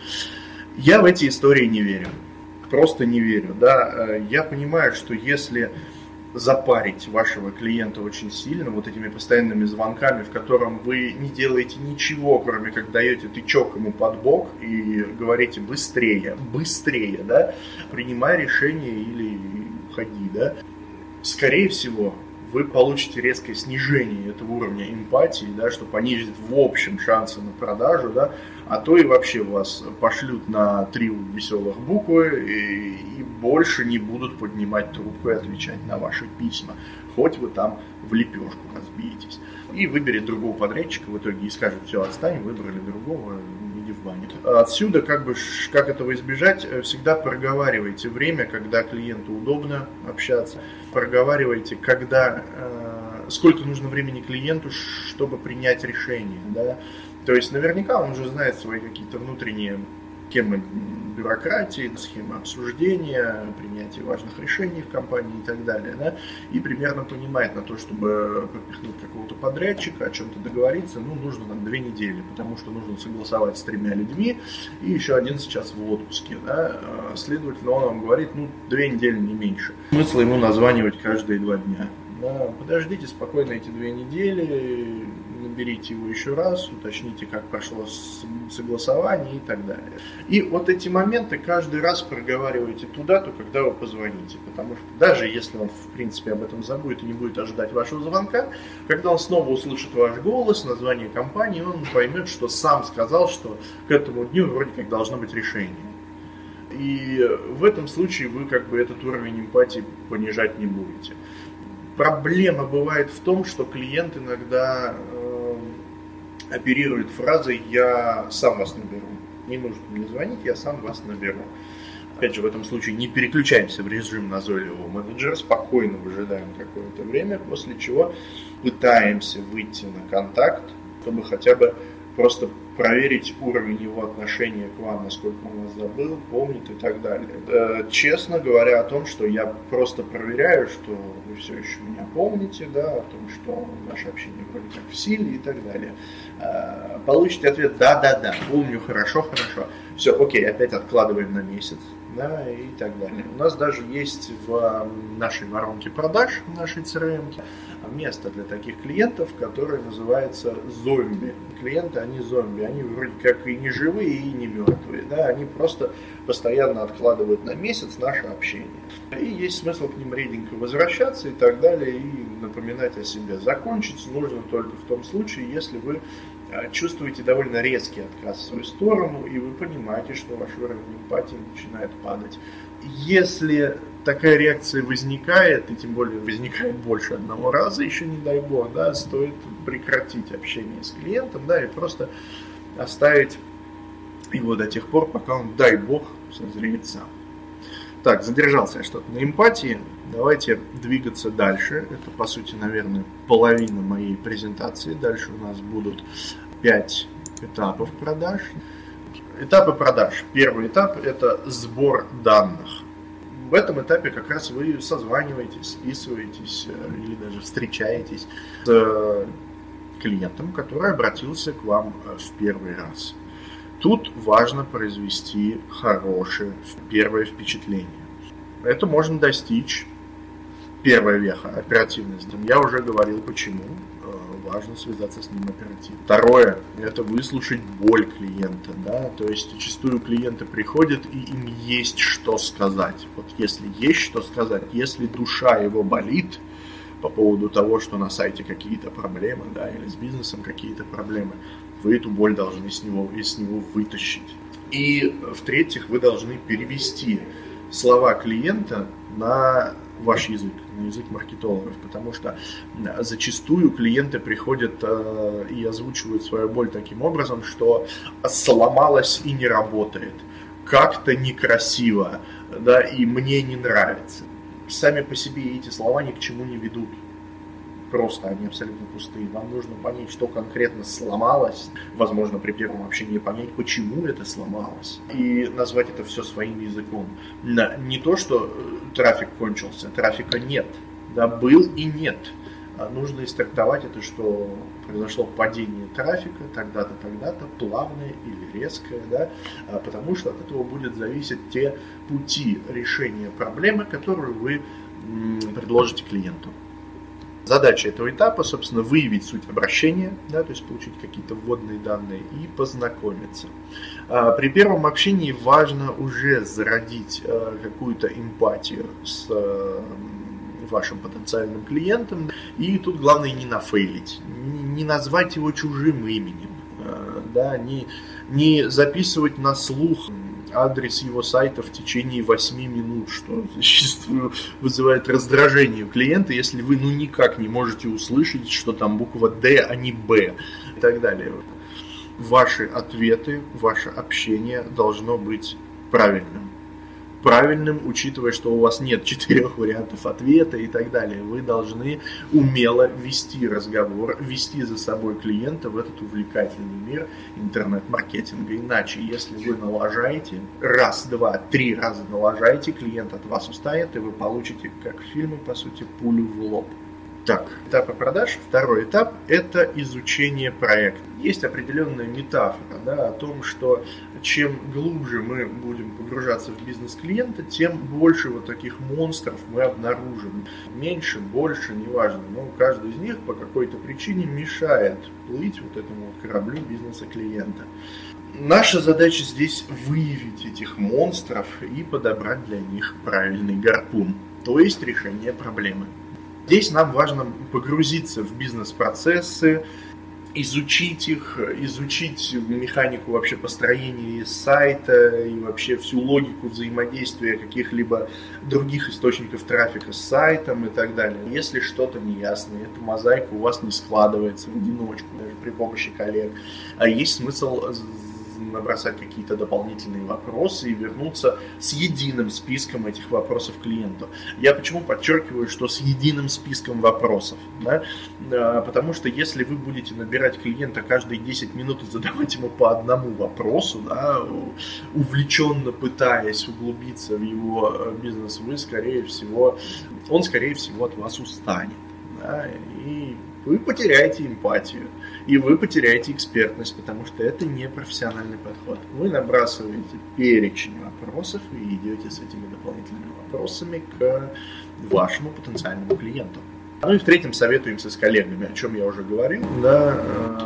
Я в эти истории не верю. Просто не верю, да. Я понимаю, что если запарить вашего клиента очень сильно вот этими постоянными звонками, в котором вы не делаете ничего, кроме как даете тычок ему под бок и говорите быстрее, быстрее, да, принимай решение или уходи, да, скорее всего, вы получите резкое снижение этого уровня эмпатии, да, что понизит в общем шансы на продажу, да, а то и вообще вас пошлют на три веселых буквы и, и больше не будут поднимать трубку и отвечать на ваши письма, хоть вы там в лепешку разбиетесь. И выберет другого подрядчика в итоге и скажет: все, отстань, выбрали другого, иди в баню. Отсюда, как бы, как этого избежать, всегда проговаривайте время, когда клиенту удобно общаться, проговаривайте, когда, э, сколько нужно времени клиенту, чтобы принять решение, да. То есть наверняка он уже знает свои какие-то внутренние схемы бюрократии, схемы обсуждения, принятия важных решений в компании и так далее, да, и примерно понимает на то, чтобы пропихнуть какого-то подрядчика, о чем-то договориться, ну, нужно там две недели, потому что нужно согласовать с тремя людьми, и еще один сейчас в отпуске, да, следовательно, он вам говорит, ну, две недели, не меньше. Смысл ему названивать каждые два дня. Да, подождите спокойно эти две недели, наберите его еще раз, уточните, как прошло согласование и так далее. И вот эти моменты каждый раз проговаривайте туда-то, когда вы позвоните, потому что даже если он в принципе об этом забудет и не будет ожидать вашего звонка, когда он снова услышит ваш голос, название компании, он поймет, что сам сказал, что к этому дню вроде как должно быть решение. И в этом случае вы как бы этот уровень эмпатии понижать не будете. Проблема бывает в том, что клиент иногда э, оперирует фразой «я сам вас наберу». Не нужно мне звонить, я сам вас наберу. Опять же, в этом случае не переключаемся в режим назойливого менеджера, спокойно выжидаем какое-то время, после чего пытаемся выйти на контакт, чтобы хотя бы просто проверить уровень его отношения к вам, насколько он вас забыл, помнит и так далее. Честно говоря о том, что я просто проверяю, что вы все еще меня помните, да, о том, что наше общение вроде как в силе и так далее. Получите ответ «да-да-да, помню, хорошо, хорошо». Все, окей, опять откладываем на месяц, да, и так далее. У нас даже есть в нашей воронке продаж, в нашей си эр эм, место для таких клиентов, которое называется зомби. Клиенты, они зомби, они вроде как и не живые, и не мертвые, да, они просто постоянно откладывают на месяц наше общение. И есть смысл к ним реденько возвращаться и так далее, и напоминать о себе. Закончить нужно только в том случае, если вы чувствуете довольно резкий отказ в свою сторону, и вы понимаете, что ваш уровень эмпатии начинает падать. Если такая реакция возникает, и тем более возникает больше одного раза, еще не дай бог, да, стоит прекратить общение с клиентом, да, и просто оставить его до тех пор, пока он, дай бог, созреет сам. Так, задержался я что-то на эмпатии. Давайте двигаться дальше. Это, по сути, наверное, половина моей презентации. Дальше у нас будут пять этапов продаж. Этапы продаж. Первый этап – это сбор данных. В этом этапе как раз вы созваниваетесь, списываетесь или даже встречаетесь с клиентом, который обратился к вам в первый раз. Тут важно произвести хорошее первое впечатление. Это можно достичь, первая веха, оперативность. Я уже говорил почему. важно связаться с ним оперативно. Второе – это выслушать боль клиента. Да? То есть зачастую клиенты приходят, и им есть что сказать. Вот если есть что сказать, если душа его болит по поводу того, что на сайте какие-то проблемы, да, или с бизнесом какие-то проблемы, вы эту боль должны с него, из него вытащить. И в-третьих, вы должны перевести слова клиента на ваш язык, на язык маркетологов, потому что зачастую клиенты приходят э, и озвучивают свою боль таким образом, что сломалось и не работает, как-то некрасиво, да, и мне не нравится. Сами по себе эти слова ни к чему не ведут. Просто они абсолютно пустые. Вам нужно понять, что конкретно сломалось. Возможно, при первом общении понять, почему это сломалось. И назвать это все своим языком. Не то, что трафик кончился, трафика нет. Да, был и нет. Нужно истрактовать это, что произошло падение трафика тогда-то, тогда-то, плавное или резкое, да, потому что от этого будет зависеть те пути решения проблемы, которые вы предложите клиенту. Задача этого этапа, собственно, выявить суть обращения, да, то есть получить какие-то вводные данные и познакомиться. При первом общении важно уже зародить какую-то эмпатию с вашим потенциальным клиентом, и тут главное не нафейлить, не назвать его чужим именем, да, не, не записывать на слух адрес его сайта в течение восьми минут, что зачастую вызывает раздражение у клиента, если вы ну никак не можете услышать, что там буква «Д», а не «Б» и так далее. Ваши ответы, ваше общение должно быть правильным. Правильным, учитывая, что у вас нет четырех вариантов ответа и так далее. Вы должны умело вести разговор, вести за собой клиента в этот увлекательный мир интернет-маркетинга. Иначе, если вы налажаете, раз, два, три раза налажаете, клиент от вас устанет, и вы получите, как в фильме, по сути, пулю в лоб. Так, этапы продаж. Второй этап – это изучение проекта. Есть определенная метафора, да, о том, что чем глубже мы будем погружаться в бизнес клиента, тем больше вот таких монстров мы обнаружим. Меньше, больше, неважно, но каждый из них по какой-то причине мешает плыть вот этому вот кораблю бизнеса клиента. Наша задача здесь выявить этих монстров и подобрать для них правильный гарпун, то есть решение проблемы. Здесь нам важно погрузиться в бизнес-процессы, изучить их, изучить механику вообще построения сайта и вообще всю логику взаимодействия каких-либо других источников трафика с сайтом и так далее. Если что-то неясно, эта мозаика у вас не складывается в одиночку, даже при помощи коллег, а есть смысл набросать какие-то дополнительные вопросы и вернуться с единым списком этих вопросов клиенту. Я почему подчеркиваю, что с единым списком вопросов? Да? Потому что если вы будете набирать клиента каждые десять минут и задавать ему по одному вопросу, да, увлеченно пытаясь углубиться в его бизнес, вы, скорее всего, он, скорее всего, от вас устанет. Да? И вы потеряете эмпатию, и вы потеряете экспертность, потому что это не профессиональный подход. Вы набрасываете перечень вопросов и идете с этими дополнительными вопросами к вашему потенциальному клиенту. Ну и в-третьем, советуемся с коллегами, о чем я уже говорил. Да,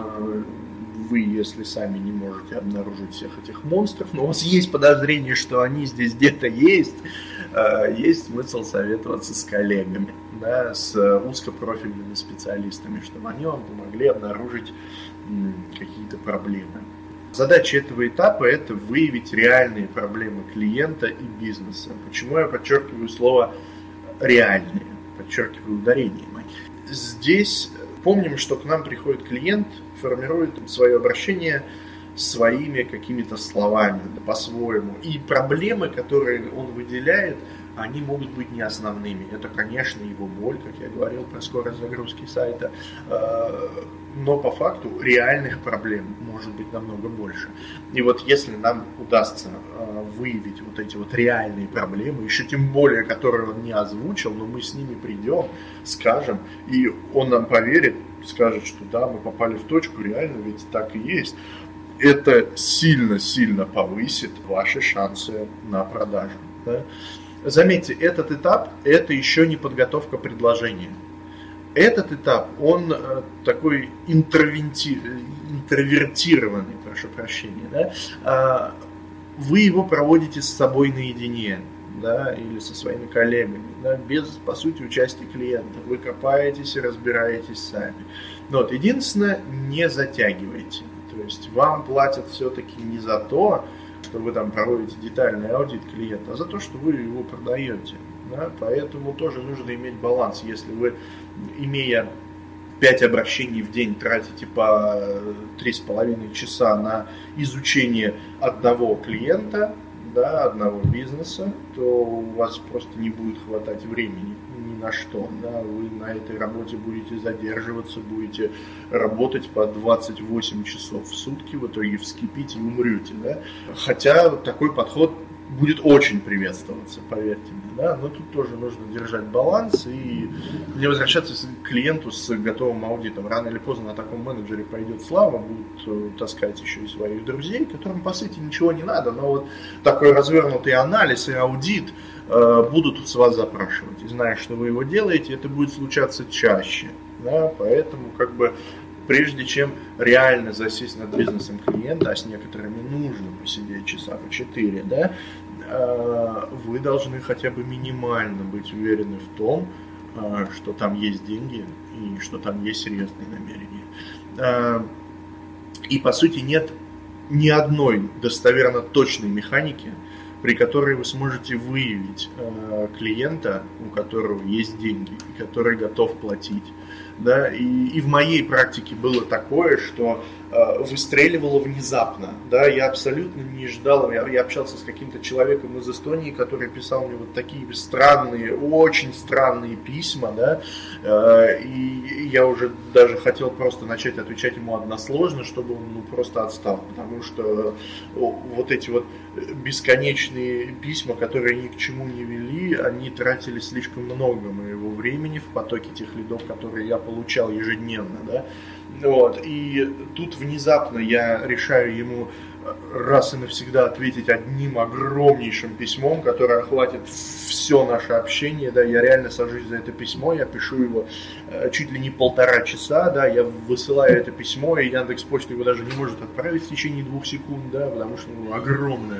вы, если сами не можете обнаружить всех этих монстров, но у вас есть подозрение, что они здесь где-то есть, есть смысл советоваться с коллегами, да, с узкопрофильными специалистами, чтобы они вам помогли обнаружить какие-то проблемы. Задача этого этапа – это выявить реальные проблемы клиента и бизнеса. Почему я подчеркиваю слово «реальные», подчеркиваю ударение. Здесь помним, что к нам приходит клиент, формирует свое обращение своими какими-то словами, да, по-своему. И проблемы, которые он выделяет, они могут быть не основными. Это, конечно, его боль, как я говорил про скорость загрузки сайта, но по факту реальных проблем может быть намного больше. И вот если нам удастся выявить вот эти вот реальные проблемы, еще тем более, которые он не озвучил, но мы с ними придем, скажем, и он нам поверит, скажет, что да, мы попали в точку, реально ведь так и есть. Это сильно-сильно повысит ваши шансы на продажу. Да? Заметьте, этот этап – это еще не подготовка предложения. Этот этап, он такой интроверти... интровертированный, прошу прощения, да? Вы его проводите с собой наедине, да, или со своими коллегами, да, без, по сути, участия клиента. Вы копаетесь и разбираетесь сами. Но вот, единственное, не затягивайте. То есть вам платят все-таки не за то, что вы там проводите детальный аудит клиента, а за то, что вы его продаете. Да? Поэтому тоже нужно иметь баланс. Если вы, имея пять обращений в день, тратите по три с половиной часа на изучение одного клиента, да, одного бизнеса, то у вас просто не будет хватать времени ни на что. Да? Вы на этой работе будете задерживаться, будете работать по двадцать восемь часов в сутки, в итоге вскипите и умрете. Да? Хотя такой подход будет очень приветствоваться, поверьте мне, да, но тут тоже нужно держать баланс и не возвращаться к клиенту с готовым аудитом. Рано или поздно на таком менеджере пойдет слава, будут таскать еще и своих друзей, которым по сути ничего не надо, но вот такой развернутый анализ и аудит э, будут с вас запрашивать. И зная, что вы его делаете, это будет случаться чаще, да, поэтому как бы прежде чем реально засесть над бизнесом клиента, а с некоторыми нужно посидеть часа по четыре, да, вы должны хотя бы минимально быть уверены в том, что там есть деньги и что там есть серьезные намерения. И по сути нет ни одной достоверно точной механики, при которой вы сможете выявить клиента, у которого есть деньги и который готов платить. Да, и, и в моей практике было такое, что э, выстреливало внезапно. Да, я абсолютно не ждал. Я, я общался с каким-то человеком из Эстонии, который писал мне вот такие странные, очень странные письма. Да, э, и я уже даже хотел просто начать отвечать ему односложно, чтобы он ну, просто отстал. Потому что вот эти вот бесконечные письма, которые ни к чему не вели, они тратили слишком много моего времени в потоке тех лидов, которые я получал ежедневно, да, вот, и тут внезапно я решаю ему раз и навсегда ответить одним огромнейшим письмом, которое охватит все наше общение, да, я реально сажусь за это письмо, я пишу его чуть ли не полтора часа, да, я высылаю это письмо, и Яндекс.Почта его даже не может отправить в течение двух секунд, да, потому что ну, огромное.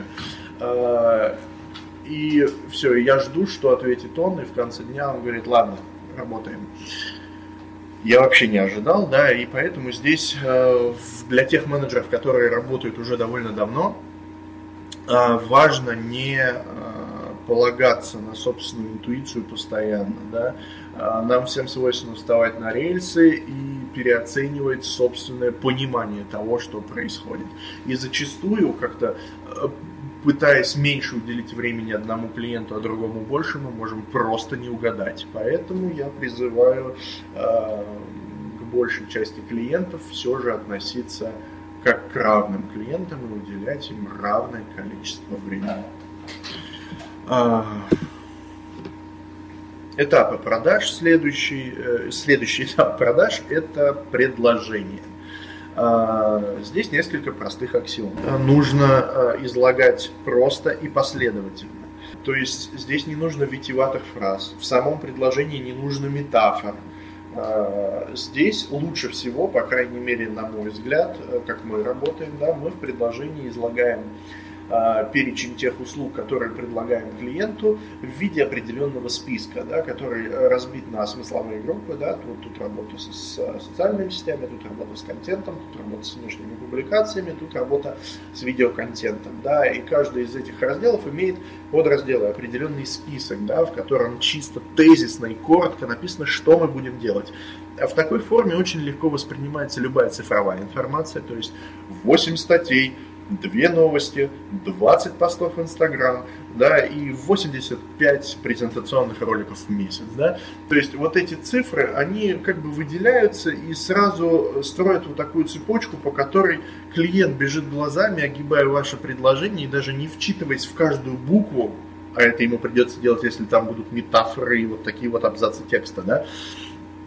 И все, я жду, что ответит он, и в конце дня он говорит, ладно, работаем. Я вообще не ожидал, да, и поэтому здесь для тех менеджеров, которые работают уже довольно давно, важно не полагаться на собственную интуицию постоянно, да. Нам всем свойственно вставать на рельсы и переоценивать собственное понимание того, что происходит. И зачастую как-то пытаясь меньше уделить времени одному клиенту, а другому больше, мы можем просто не угадать. Поэтому я призываю э, к большей части клиентов все же относиться как к равным клиентам и уделять им равное количество времени. Э, этапы продаж. Следующий, э, следующий этап продаж – это предложение. Здесь несколько простых аксиом. Нужно излагать просто и последовательно. То есть здесь не нужно витиеватых фраз. В самом предложении не нужно метафор. Здесь лучше всего, по крайней мере, на мой взгляд, как мы работаем, да, мы в предложении излагаем перечень тех услуг, которые предлагаем клиенту в виде определенного списка, да, который разбит на смысловые группы. Да, тут, тут работа с, с социальными сетями, тут работа с контентом, тут работа с внешними публикациями, тут работа с видеоконтентом. Да, и каждый из этих разделов имеет подразделы, определенный список, да, в котором чисто тезисно и коротко написано, что мы будем делать. А в такой форме очень легко воспринимается любая цифровая информация, то есть восемь статей, две новости, двадцать постов в Инстаграм, да, и восемьдесят пять презентационных роликов в месяц, да. То есть вот эти цифры, они как бы выделяются и сразу строят вот такую цепочку, по которой клиент бежит глазами, огибая ваше предложение и даже не вчитываясь в каждую букву, а это ему придется делать, если там будут метафоры и вот такие вот абзацы текста, да.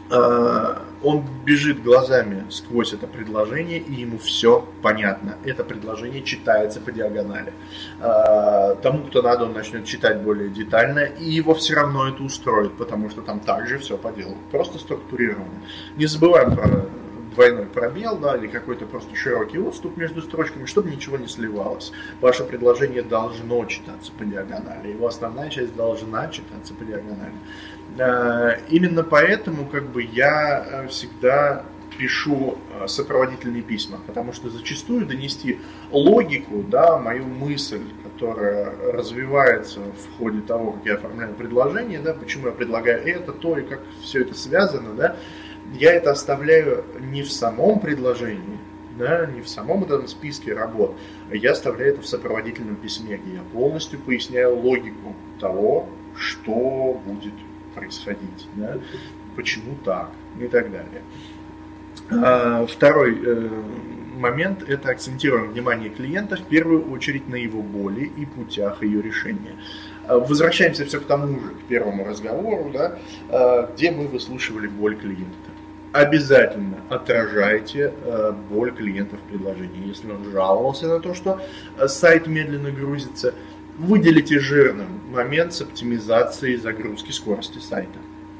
Он бежит глазами сквозь это предложение, и ему все понятно. Это предложение читается по диагонали. Тому, кто надо, он начнет читать более детально, и его все равно это устроит, потому что там также все по делу. Просто структурировано. Не забываем про двойной пробел, да, или какой-то просто широкий отступ между строчками, чтобы ничего не сливалось. Ваше предложение должно читаться по диагонали, его основная часть должна читаться по диагонали. Именно поэтому как бы я всегда пишу сопроводительные письма, потому что зачастую донести логику, да, мою мысль, которая развивается в ходе того, как я оформляю предложение, да, почему я предлагаю это, то и как все это связано, да, я это оставляю не в самом предложении, да, не в самом этом списке работ, я оставляю это в сопроводительном письме, где я полностью поясняю логику того, что будет происходить, да, почему так и так далее. А, второй э, момент – это акцентируем внимание клиента в первую очередь на его боли и путях ее решения. Возвращаемся все к тому же, к первому разговору, да, где мы выслушивали боль клиента. Обязательно отражайте боль клиента в предложении. Если он жаловался на то, что сайт медленно грузится, выделите жирным момент с оптимизацией загрузки скорости сайта.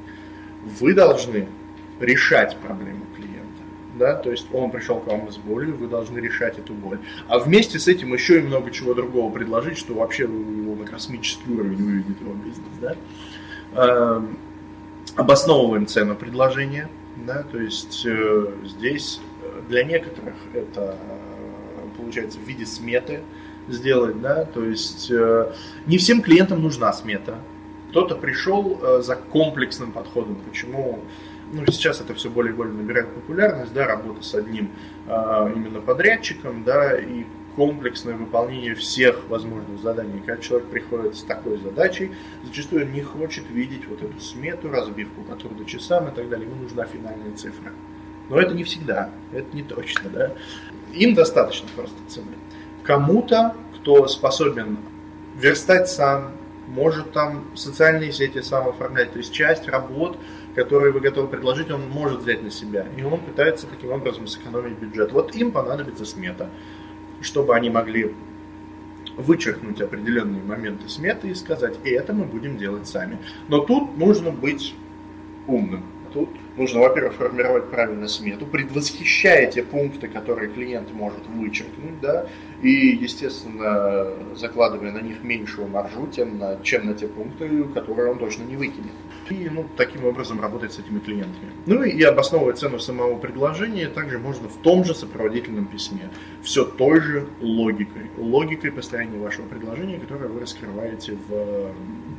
Вы должны решать проблему клиента. Да? То есть он пришел к вам с болью, вы должны решать эту боль. А вместе с этим еще и много чего другого предложить, что вообще его на космический уровень выведет его бизнес. Да? Обосновываем цену предложения. Да? То есть здесь для некоторых это получается в виде сметы сделать, да, то есть э, не всем клиентам нужна смета. Кто-то пришел э, за комплексным подходом, почему, ну, сейчас это все более и более набирает популярность, да, работа с одним э, именно подрядчиком, да, и комплексное выполнение всех возможных заданий. Когда человек приходит с такой задачей, зачастую он не хочет видеть вот эту смету, разбивку по трудовым часам и так далее, ему нужна финальная цифра. Но это не всегда, это не точно, да. Им достаточно просто цены. Кому-то, кто способен верстать сам, может там социальные сети сам оформлять, то есть часть работ, которые вы готовы предложить, он может взять на себя, и он пытается таким образом сэкономить бюджет. Вот им понадобится смета, чтобы они могли вычеркнуть определенные моменты сметы и сказать, и это мы будем делать сами. Но тут нужно быть умным. Тут нужно, во-первых, формировать правильно смету, предвосхищая те пункты, которые клиент может вычеркнуть, да, и, естественно, закладывая на них меньшую маржу, тем на, чем на те пункты, которые он точно не выкинет. И, ну, таким образом работать с этими клиентами. Ну и обосновывать цену самого предложения также можно в том же сопроводительном письме. Все той же логикой. Логикой построения вашего предложения, которое вы раскрываете в,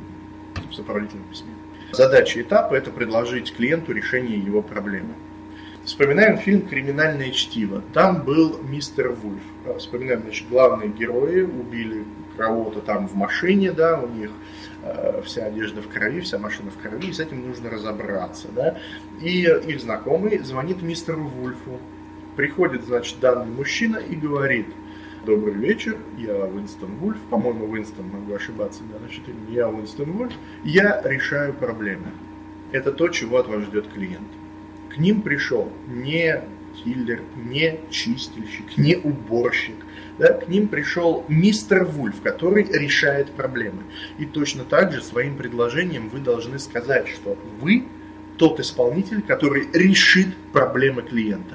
в сопроводительном письме. Задача этапа – это предложить клиенту решение его проблемы. Вспоминаем фильм «Криминальное чтиво». Там был мистер Вульф. Вспоминаем, значит, главные герои убили кого-то там в машине, да, у них э, вся одежда в крови, вся машина в крови, и с этим нужно разобраться, да. И их знакомый звонит мистеру Вульфу. Приходит, значит, данный мужчина и говорит: добрый вечер, я Уинстон Вульф, по-моему, Уинстон, могу ошибаться, да, насчет имени, я Уинстон Вульф, я решаю проблемы. Это то, чего от вас ждет клиент. К ним пришел не киллер, не чистильщик, не уборщик, да, к ним пришел мистер Вульф, который решает проблемы. И точно так же своим предложением вы должны сказать, что вы тот исполнитель, который решит проблемы клиента.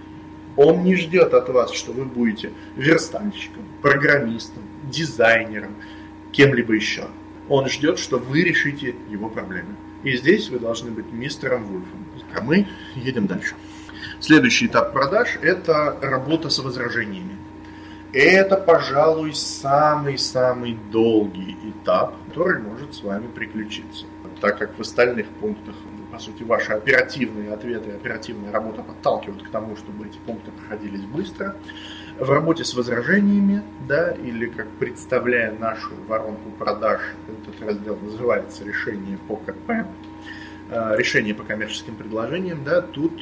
Он не ждет от вас, что вы будете верстальщиком, программистом, дизайнером, кем-либо еще. Он ждет, что вы решите его проблемы. И здесь вы должны быть мистером Вульфом. А мы едем дальше. Следующий этап продаж – это работа с возражениями. Это, пожалуй, самый-самый долгий этап, который может с вами приключиться. Так как в остальных пунктах, по сути, ваши оперативные ответы и оперативная работа подталкивают к тому, чтобы эти пункты проходились быстро. В работе с возражениями, да, или как представляя нашу воронку продаж, этот раздел называется «Решение по КП», решение по коммерческим предложениям, да, тут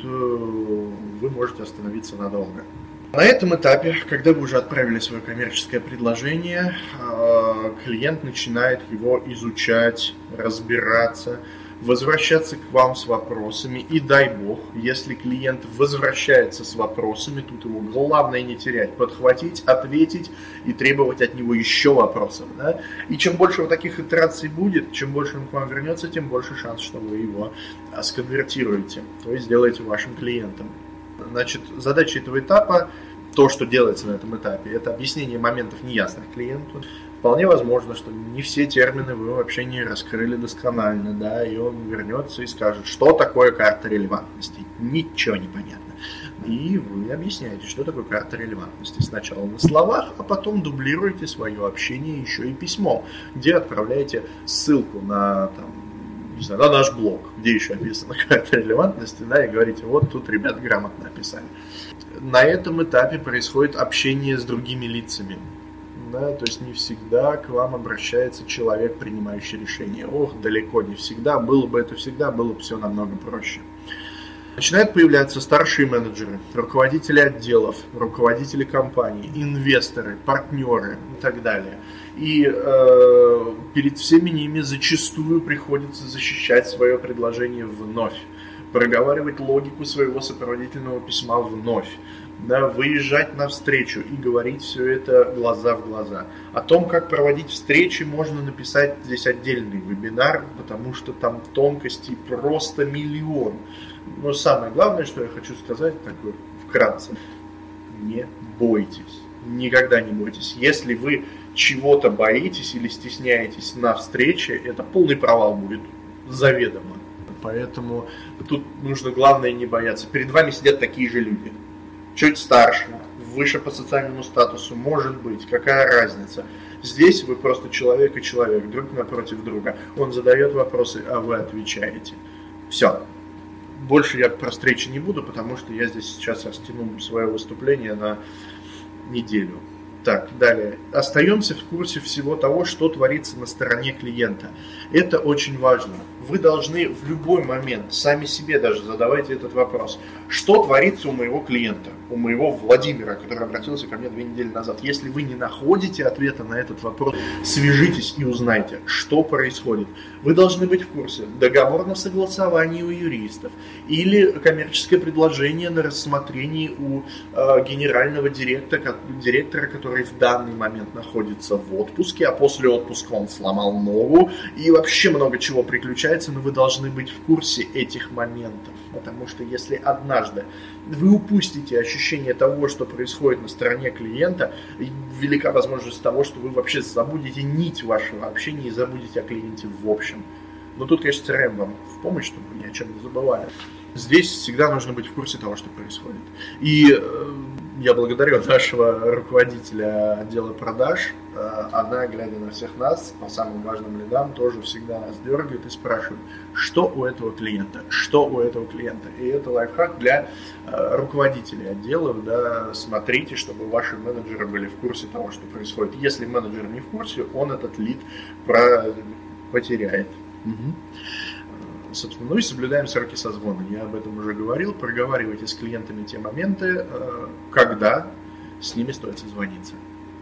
вы можете остановиться надолго. На этом этапе, когда вы уже отправили свое коммерческое предложение, клиент начинает его изучать, разбираться, возвращаться к вам с вопросами, и дай бог, если клиент возвращается с вопросами, тут его главное не терять, подхватить, ответить и требовать от него еще вопросов. Да? И чем больше вот таких итераций будет, чем больше он к вам вернется, тем больше шанс, что вы его сконвертируете, то есть сделаете вашим клиентом. Значит, задача этого этапа, то, что делается на этом этапе, это объяснение моментов неясных клиенту. Вполне возможно, что не все термины вы вообще не раскрыли досконально, да, и он вернется и скажет, что такое карта релевантности. Ничего не понятно. И вы объясняете, что такое карта релевантности. Сначала на словах, а потом дублируете свое общение еще и письмом, где отправляете ссылку на, там, не знаю, на наш блог, где еще описана карта релевантности, да, и говорите, вот тут ребята грамотно описали. На этом этапе происходит общение с другими лицами. Да, то есть не всегда к вам обращается человек, принимающий решение. Ох, далеко не всегда. Было бы это всегда, было бы все намного проще. Начинают появляться старшие менеджеры, руководители отделов, руководители компаний, инвесторы, партнеры и так далее. И э, перед всеми ними зачастую приходится защищать свое предложение вновь, проговаривать логику своего сопроводительного письма вновь. Да, выезжать навстречу и говорить все это глаза в глаза. О том, как проводить встречи, можно написать здесь отдельный вебинар, потому что там тонкостей просто миллион. Но самое главное, что я хочу сказать, такое вкратце, не бойтесь, никогда не бойтесь. Если вы чего-то боитесь или стесняетесь на встрече, это полный провал будет, заведомо. Поэтому тут нужно главное не бояться. Перед вами сидят такие же люди. Чуть старше, выше по социальному статусу, может быть, какая разница. Здесь вы просто человек и человек, друг напротив друга. Он задает вопросы, а вы отвечаете. Все. Больше я про встречи не буду, потому что я здесь сейчас растяну свое выступление на неделю. Так, далее. Остаемся в курсе всего того, что творится на стороне клиента. Это очень важно. Вы должны в любой момент сами себе даже задавайте этот вопрос. Что творится у моего клиента, у моего Владимира, который обратился ко мне две недели назад? Если вы не находите ответа на этот вопрос, свяжитесь и узнайте, что происходит. Вы должны быть в курсе. Договор на согласовании у юристов или коммерческое предложение на рассмотрении у э, генерального директора, директора, который в данный момент находится в отпуске, а после отпуска он сломал ногу и вообще много чего приключается, но вы должны быть в курсе этих моментов, потому что если однажды вы упустите ощущение того, что происходит на стороне клиента, велика возможность того, что вы вообще забудете нить вашего общения и забудете о клиенте в общем. Но тут, конечно, си эр эм вам в помощь, чтобы вы ни о чем не забывали. Здесь всегда нужно быть в курсе того, что происходит. И э, я благодарю нашего руководителя отдела продаж. Э, она, глядя на всех нас, по самым важным лидам, тоже всегда нас дергает и спрашивает, что у этого клиента, что у этого клиента. И это лайфхак для э, руководителей отделов. Да, смотрите, чтобы ваши менеджеры были в курсе того, что происходит. Если менеджер не в курсе, он этот лид про... потеряет. Угу. Собственно, ну и соблюдаем сроки созвона. Я об этом уже говорил. Проговаривайте с клиентами те моменты, когда с ними стоит созвониться.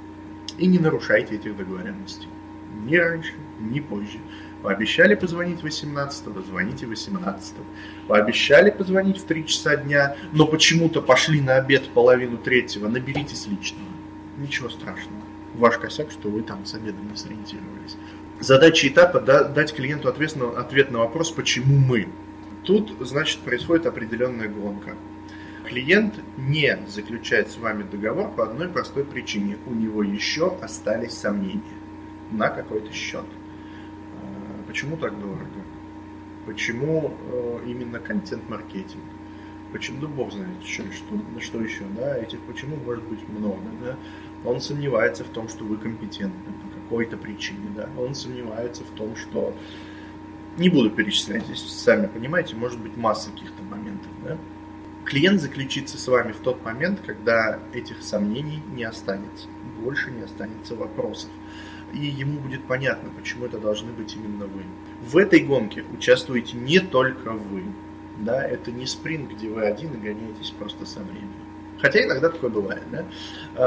И не нарушайте этих договоренностей. Ни раньше, ни позже. Пообещали позвонить восемнадцатого, звоните восемнадцатого. Пообещали позвонить в три часа дня, но почему-то пошли на обед в половину третьего. Наберитесь личного. Ничего страшного. Ваш косяк, что вы там с обедом не сориентировались. Задача этапа – дать клиенту ответ на, ответ на вопрос, почему мы. Тут, значит, происходит определенная гонка. Клиент не заключает с вами договор по одной простой причине. У него еще остались сомнения на какой-то счет. Почему так дорого? Почему именно контент-маркетинг? Почему, да бог знает, что, что, что еще, да, этих почему может быть много, да. Он сомневается в том, что вы компетентны по какой-то причине, да. Он сомневается в том, что, не буду перечислять здесь, сами понимаете, может быть масса каких-то моментов, да. Клиент заключится с вами в тот момент, когда этих сомнений не останется, больше не останется вопросов. И ему будет понятно, почему это должны быть именно вы. В этой гонке участвуете не только вы. Да, это не спринт, где вы один и гоняетесь просто со временем. Хотя иногда такое бывает.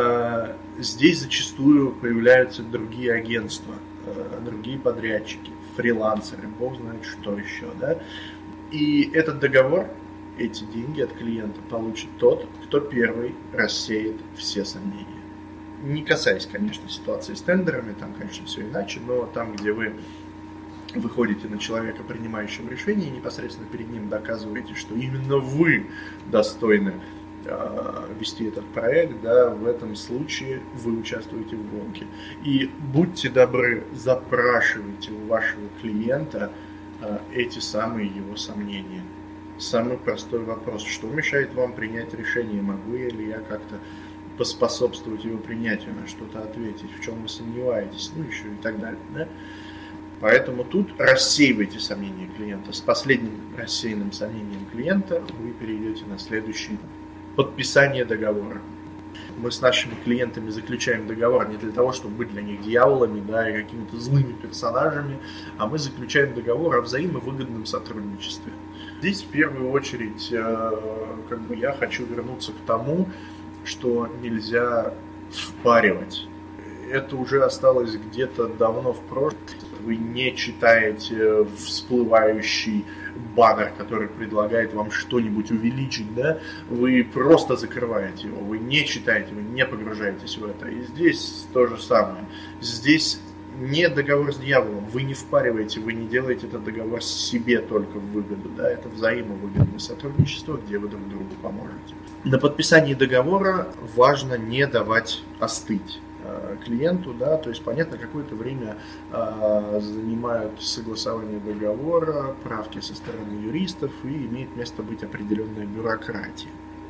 Да? Здесь зачастую появляются другие агентства, другие подрядчики, фрилансеры, бог знает что еще, да. И этот договор, эти деньги от клиента получит тот, кто первый рассеет все сомнения. Не касаясь, конечно, ситуации с тендерами, там, конечно, все иначе, но там, где вы выходите на человека, принимающего решение, и непосредственно перед ним доказываете, что именно вы достойны э, вести этот проект, да, в этом случае вы участвуете в гонке. И будьте добры, запрашивайте у вашего клиента э, эти самые его сомнения. Самый простой вопрос: что мешает вам принять решение? Могу я ли я как-то поспособствовать его принятию, на что-то ответить, в чем вы сомневаетесь, ну еще и так далее, да? Поэтому тут рассеивайте сомнения клиента. С последним рассеянным сомнением клиента вы перейдете на следующий: подписание договора. Мы с нашими клиентами заключаем договор не для того, чтобы быть для них дьяволами, да, и какими-то злыми персонажами, а мы заключаем договор о взаимовыгодном сотрудничестве. Здесь в первую очередь как бы я хочу вернуться к тому, что нельзя впаривать. Это уже осталось где-то давно в прошлом. Вы не читаете всплывающий баннер, который предлагает вам что-нибудь увеличить, да? Вы просто закрываете его, вы не читаете, вы не погружаетесь в это. И здесь то же самое. Здесь не договор с дьяволом, вы не впариваете, вы не делаете этот договор себе только в выгоду, да? Это взаимовыгодное сотрудничество, где вы друг другу поможете. На подписании договора важно не давать остыть клиенту, да, то есть, понятно, какое-то время э, занимают согласование договора, правки со стороны юристов, и имеет место быть определенная бюрократия.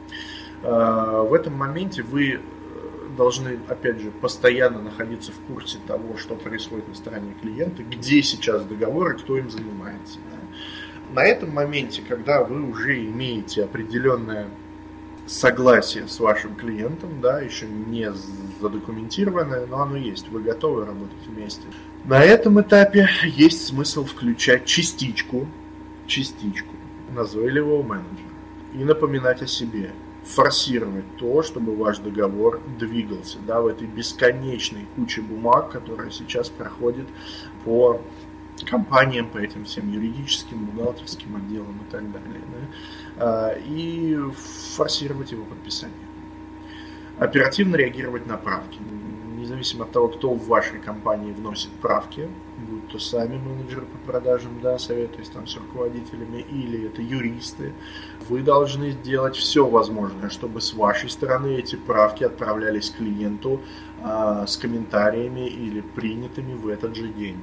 Э, в этом моменте вы должны, опять же, постоянно находиться в курсе того, что происходит на стороне клиента, где сейчас договор и кто им занимается. Да. На этом моменте, когда вы уже имеете определенное согласие с вашим клиентом, да, еще не задокументированное, но оно есть, вы готовы работать вместе. На этом этапе есть смысл включать частичку, частичку назойливого менеджера и напоминать о себе, форсировать то, чтобы ваш договор двигался, да, в этой бесконечной куче бумаг, которая сейчас проходит по компаниям, по этим всем юридическим, бухгалтерским отделам и так далее, да, и форсировать его подписание. Оперативно реагировать на правки. Независимо от того, кто в вашей компании вносит правки, будь то сами менеджеры по продажам, да, советуясь там с руководителями, или это юристы, вы должны сделать все возможное, чтобы с вашей стороны эти правки отправлялись клиенту а, с комментариями или принятыми в этот же день.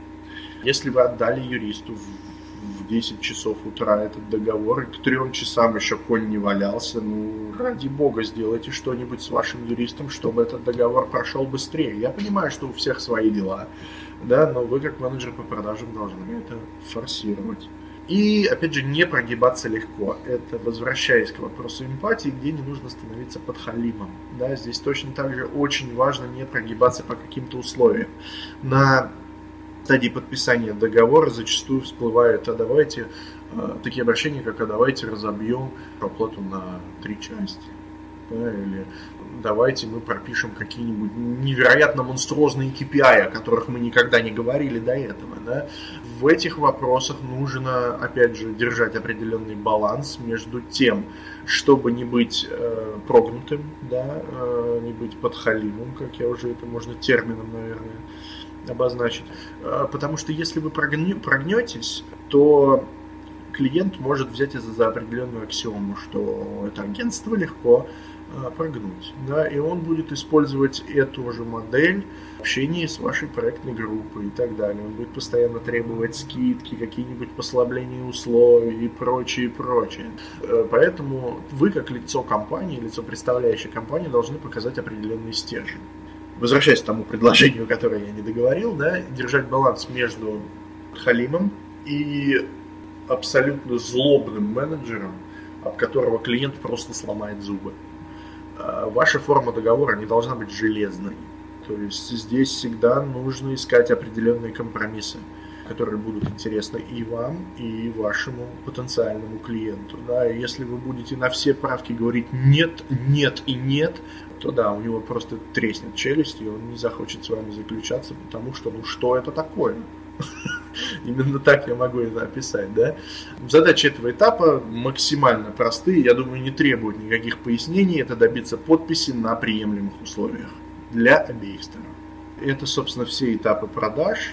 Если вы отдали юристу в десять часов утра этот договор, и к трем часам еще конь не валялся, ну, ради бога, сделайте что-нибудь с вашим юристом, чтобы этот договор прошел быстрее. Я понимаю, что у всех свои дела, да, но вы как менеджер по продажам должны это форсировать. И, опять же, не прогибаться легко. Это, возвращаясь к вопросу эмпатии, где не нужно становиться подхалимом. Да, здесь точно так же очень важно не прогибаться по каким-то условиям. На стадии подписания договора зачастую всплывают: а давайте э, такие обращения, как: а давайте разобьем оплату на три части, да, или давайте мы пропишем какие-нибудь невероятно монструозные кей пи ай, о которых мы никогда не говорили до этого, да. В этих вопросах нужно, опять же, держать определенный баланс между тем, чтобы не быть э, прогнутым, да, э, не быть подхалимом, как я уже это можно термином, наверное, обозначить. Потому что если вы прогнетесь, то клиент может взять это за определенную аксиому, что это агентство легко прогнуть. Да, и он будет использовать эту же модель в общении с вашей проектной группой и так далее. Он будет постоянно требовать скидки, какие-нибудь послабления условий и прочее, и прочее. Поэтому вы, как лицо компании, лицо представляющей компании, должны показать определенный стержень. Возвращаясь к тому предложению, которое я не договорил, да, держать баланс между халимом и абсолютно злобным менеджером, об которого клиент просто сломает зубы. Ваша форма договора не должна быть железной. То есть здесь всегда нужно искать определенные компромиссы, которые будут интересны и вам, и вашему потенциальному клиенту. Да, и если вы будете на все правки говорить «нет, нет и нет», то да, у него просто треснет челюсть, и он не захочет с вами заключаться, потому что, ну что это такое? Именно так я могу это описать, да. Задачи этого этапа максимально простые, я думаю, не требуют никаких пояснений. Это добиться подписи на приемлемых условиях для обеих сторон. Это, собственно, все этапы продаж.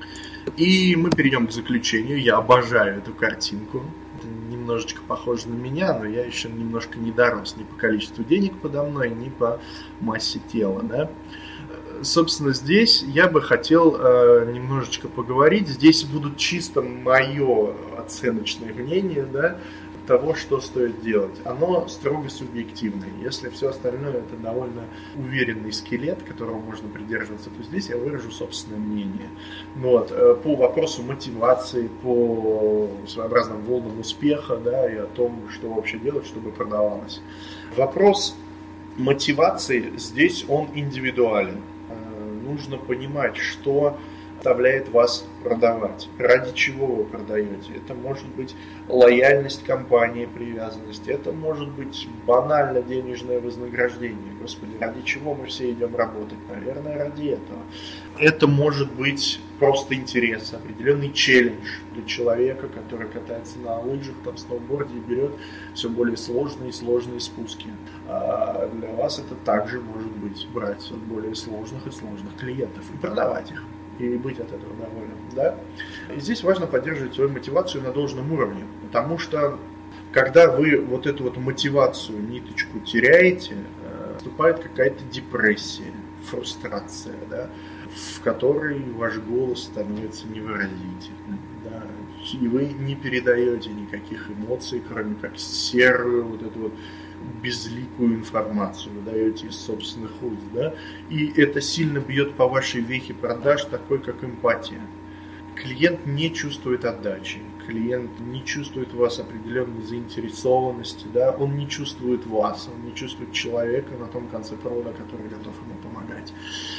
И мы перейдем к заключению. Я обожаю эту картинку. Это немножечко похоже на меня, но я еще немножко не дорос ни по количеству денег подо мной, ни по массе тела, да. Собственно, здесь я бы хотел э, немножечко поговорить. Здесь будут чисто мое оценочное мнение, да, того, что стоит делать. Оно строго субъективное. Если все остальное это довольно уверенный скелет, которого можно придерживаться, то здесь я выражу собственное мнение. Вот. По вопросу мотивации, по своеобразным волнам успеха, да, и о том, что вообще делать, чтобы продавалось. Вопрос мотивации здесь он индивидуален. Нужно понимать, что заставляет вас продавать, ради чего вы продаете. Это может быть лояльность компании, привязанность, это может быть банально денежное вознаграждение. Господи, ради чего мы все идем работать? Наверное, ради этого. Это может быть просто интерес, определенный челлендж для человека, который катается на лыжах, там, сноуборде и берет все более сложные и сложные спуски. А для вас это также может быть брать от более сложных и сложных клиентов и продавать их. И быть от этого довольным, да? И здесь важно поддерживать свою мотивацию на должном уровне, потому что когда вы вот эту вот мотивацию, ниточку теряете, наступает какая-то депрессия, фрустрация, да, в которой ваш голос становится невыразительным, да, и вы не передаете никаких эмоций, кроме как серую вот эту вот безликую информацию вы даете из собственных уст, да, и это сильно бьет по вашей вехе продаж, такой как эмпатия. Клиент не чувствует отдачи, клиент не чувствует в вас определенной заинтересованности, да, он не чувствует вас, он не чувствует человека на том конце провода, который готов ему помогать.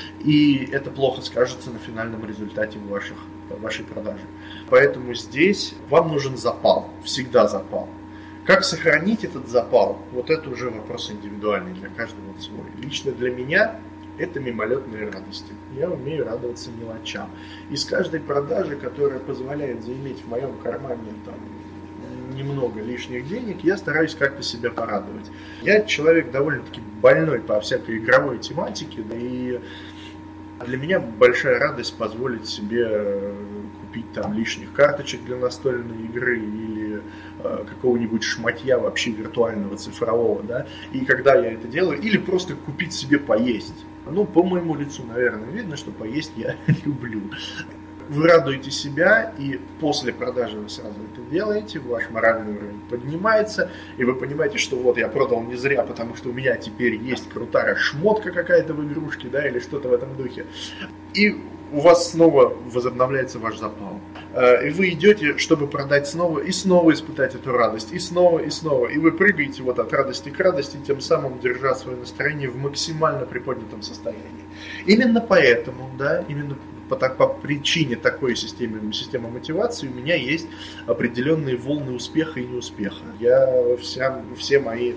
И это плохо скажется на финальном результате ваших, вашей продажи. Поэтому здесь вам нужен запал, всегда запал. Как сохранить этот запал? Вот это уже вопрос индивидуальный, для каждого свой. Лично для меня это мимолетные радости. Я умею радоваться мелочам. Из каждой продажи, которая позволяет заиметь в моем кармане там, немного лишних денег, я стараюсь как-то себя порадовать. Я человек довольно-таки больной по всякой игровой тематике, да и для меня большая радость позволить себе купить там лишних карточек для настольной игры или э, какого-нибудь шматья вообще виртуального, цифрового, да, и когда я это делаю, или просто купить себе поесть. Ну, по моему лицу, наверное, видно, что поесть я люблю. Вы радуете себя, и после продажи вы сразу это делаете, ваш моральный уровень поднимается, и вы понимаете, что вот я продал не зря, потому что у меня теперь есть крутая шмотка какая-то в игрушке, да, или что-то в этом духе. И у вас снова возобновляется ваш запал. И вы идете, чтобы продать снова, и снова испытать эту радость, и снова, и снова. И вы прыгаете вот от радости к радости, тем самым держа свое настроение в максимально приподнятом состоянии. Именно поэтому, да, именно по, по причине такой системы, системы мотивации у меня есть определенные волны успеха и неуспеха. Я вся, все мои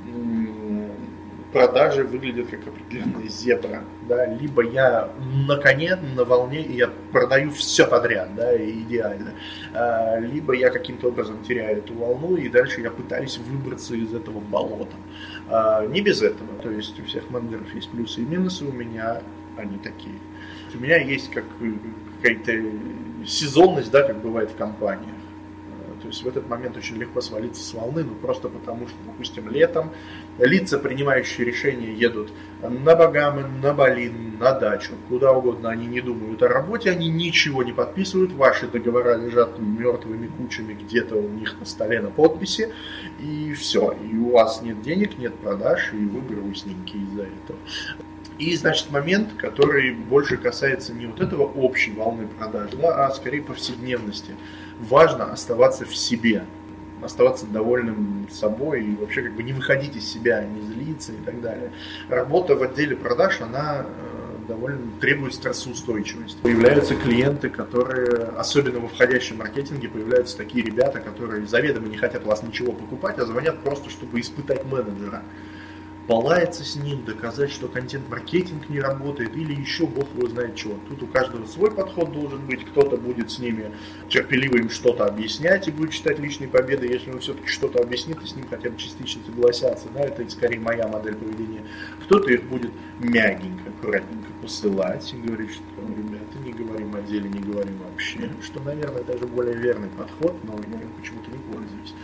продажи выглядят как определенная зебра, да, либо я на коне, на волне, и я продаю все подряд, да, и идеально, а, либо я каким-то образом теряю эту волну, и дальше я пытаюсь выбраться из этого болота. А, не без этого, то есть у всех менеджеров есть плюсы и минусы, у меня они такие. У меня есть как, какая-то сезонность, да, как бывает в компаниях. То есть в этот момент очень легко свалиться с волны, ну просто потому что, допустим, летом лица, принимающие решения, едут на Багамы, на Бали, на дачу, куда угодно, они не думают о работе, они ничего не подписывают, ваши договора лежат мертвыми кучами где-то у них на столе на подписи, и все, и у вас нет денег, нет продаж, и вы грустненькие из-за этого. И, значит, момент, который больше касается не вот этого общей волны продаж, да, а скорее повседневности. Важно оставаться в себе, оставаться довольным собой и вообще как бы не выходить из себя, не злиться и так далее. Работа в отделе продаж, она довольно требует стрессоустойчивости. Появляются клиенты, которые, особенно во входящем маркетинге, появляются такие ребята, которые заведомо не хотят у вас ничего покупать, а звонят просто, чтобы испытать менеджера. полаяться с ним, доказать, что контент-маркетинг не работает, или еще бог его знает чего. Тут у каждого свой подход должен быть, кто-то будет с ними терпеливо им что-то объяснять и будет считать личной победой, если вы все-таки что-то объясните, с ним хотя бы частично согласятся, да, это скорее моя модель поведения. Кто-то их будет мягенько, аккуратненько посылать и говорить, что, ребята, не говорим о деле, не говорим вообще, что, наверное, даже более верный подход, но я им почему-то не пользуюсь.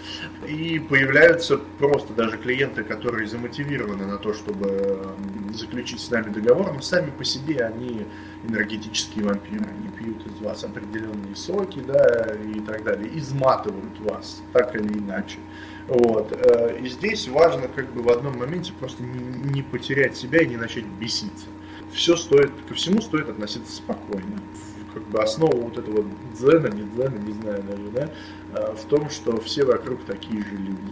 И появляются просто даже клиенты, которые замотивированы на то, чтобы заключить с нами договор, но сами по себе они энергетические вампиры, они пьют из вас определенные соки, да, и так далее, изматывают вас, так или иначе. Вот. И здесь важно как бы в одном моменте просто не потерять себя и не начать беситься. Все стоит, ко всему стоит относиться спокойно. Как бы основа вот этого дзена, не дзена, не знаю даже, да, в том, что все вокруг такие же люди.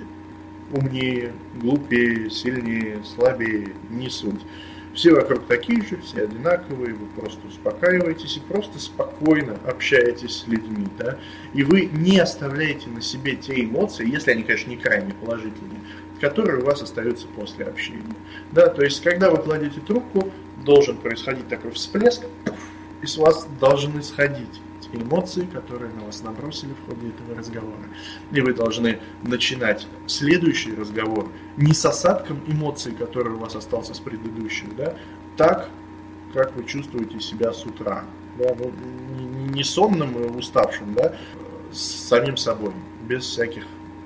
Умнее, глупее, сильнее, слабее, не суть. Все вокруг такие же, все одинаковые, вы просто успокаиваетесь и просто спокойно общаетесь с людьми, да, и вы не оставляете на себе те эмоции, если они, конечно, не крайне положительные, которые у вас остаются после общения, да, то есть, когда вы кладете трубку, должен происходить такой всплеск, и с вас должны сходить те эмоции, которые на вас набросили в ходе этого разговора. И вы должны начинать следующий разговор не с осадком эмоций, который у вас остался с предыдущим, да, так, как вы чувствуете себя с утра. Да, ну, не сонным и уставшим, да, с самим собой, без всяких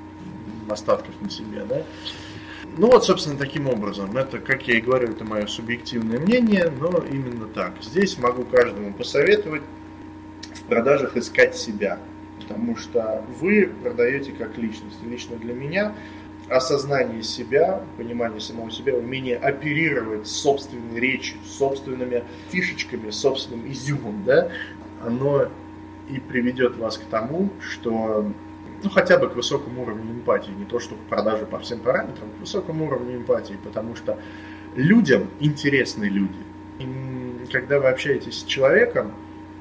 остатков на себе. Да. Ну вот, собственно, таким образом. Это, как я и говорю, это мое субъективное мнение, но именно так. Здесь могу каждому посоветовать в продажах искать себя, потому что вы продаете как личность. Лично для меня осознание себя, понимание самого себя, умение оперировать собственной речью, собственными фишечками, собственным изюмом, да, оно и приведет вас к тому, что, ну, хотя бы к высокому уровню эмпатии, не то что к продаже по всем параметрам, к высокому уровню эмпатии, потому что людям интересны люди. И когда вы общаетесь с человеком,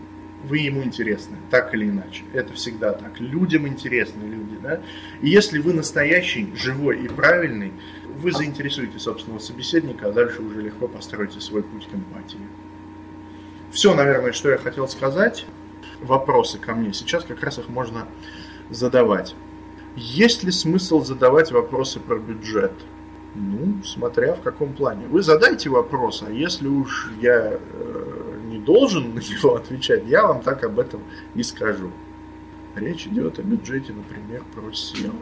вы ему интересны, так или иначе. Это всегда так. Людям интересны люди, да? И если вы настоящий, живой и правильный, вы заинтересуете собственного собеседника, а дальше уже легко построите свой путь к эмпатии. Все, наверное, что я хотел сказать. Вопросы ко мне. Сейчас как раз их можно задавать. Есть ли смысл задавать вопросы про бюджет? Ну, смотря в каком плане. Вы задайте вопрос, а если уж я э, не должен на него отвечать, я вам так об этом и скажу. Речь идет о бюджете, например, про сео.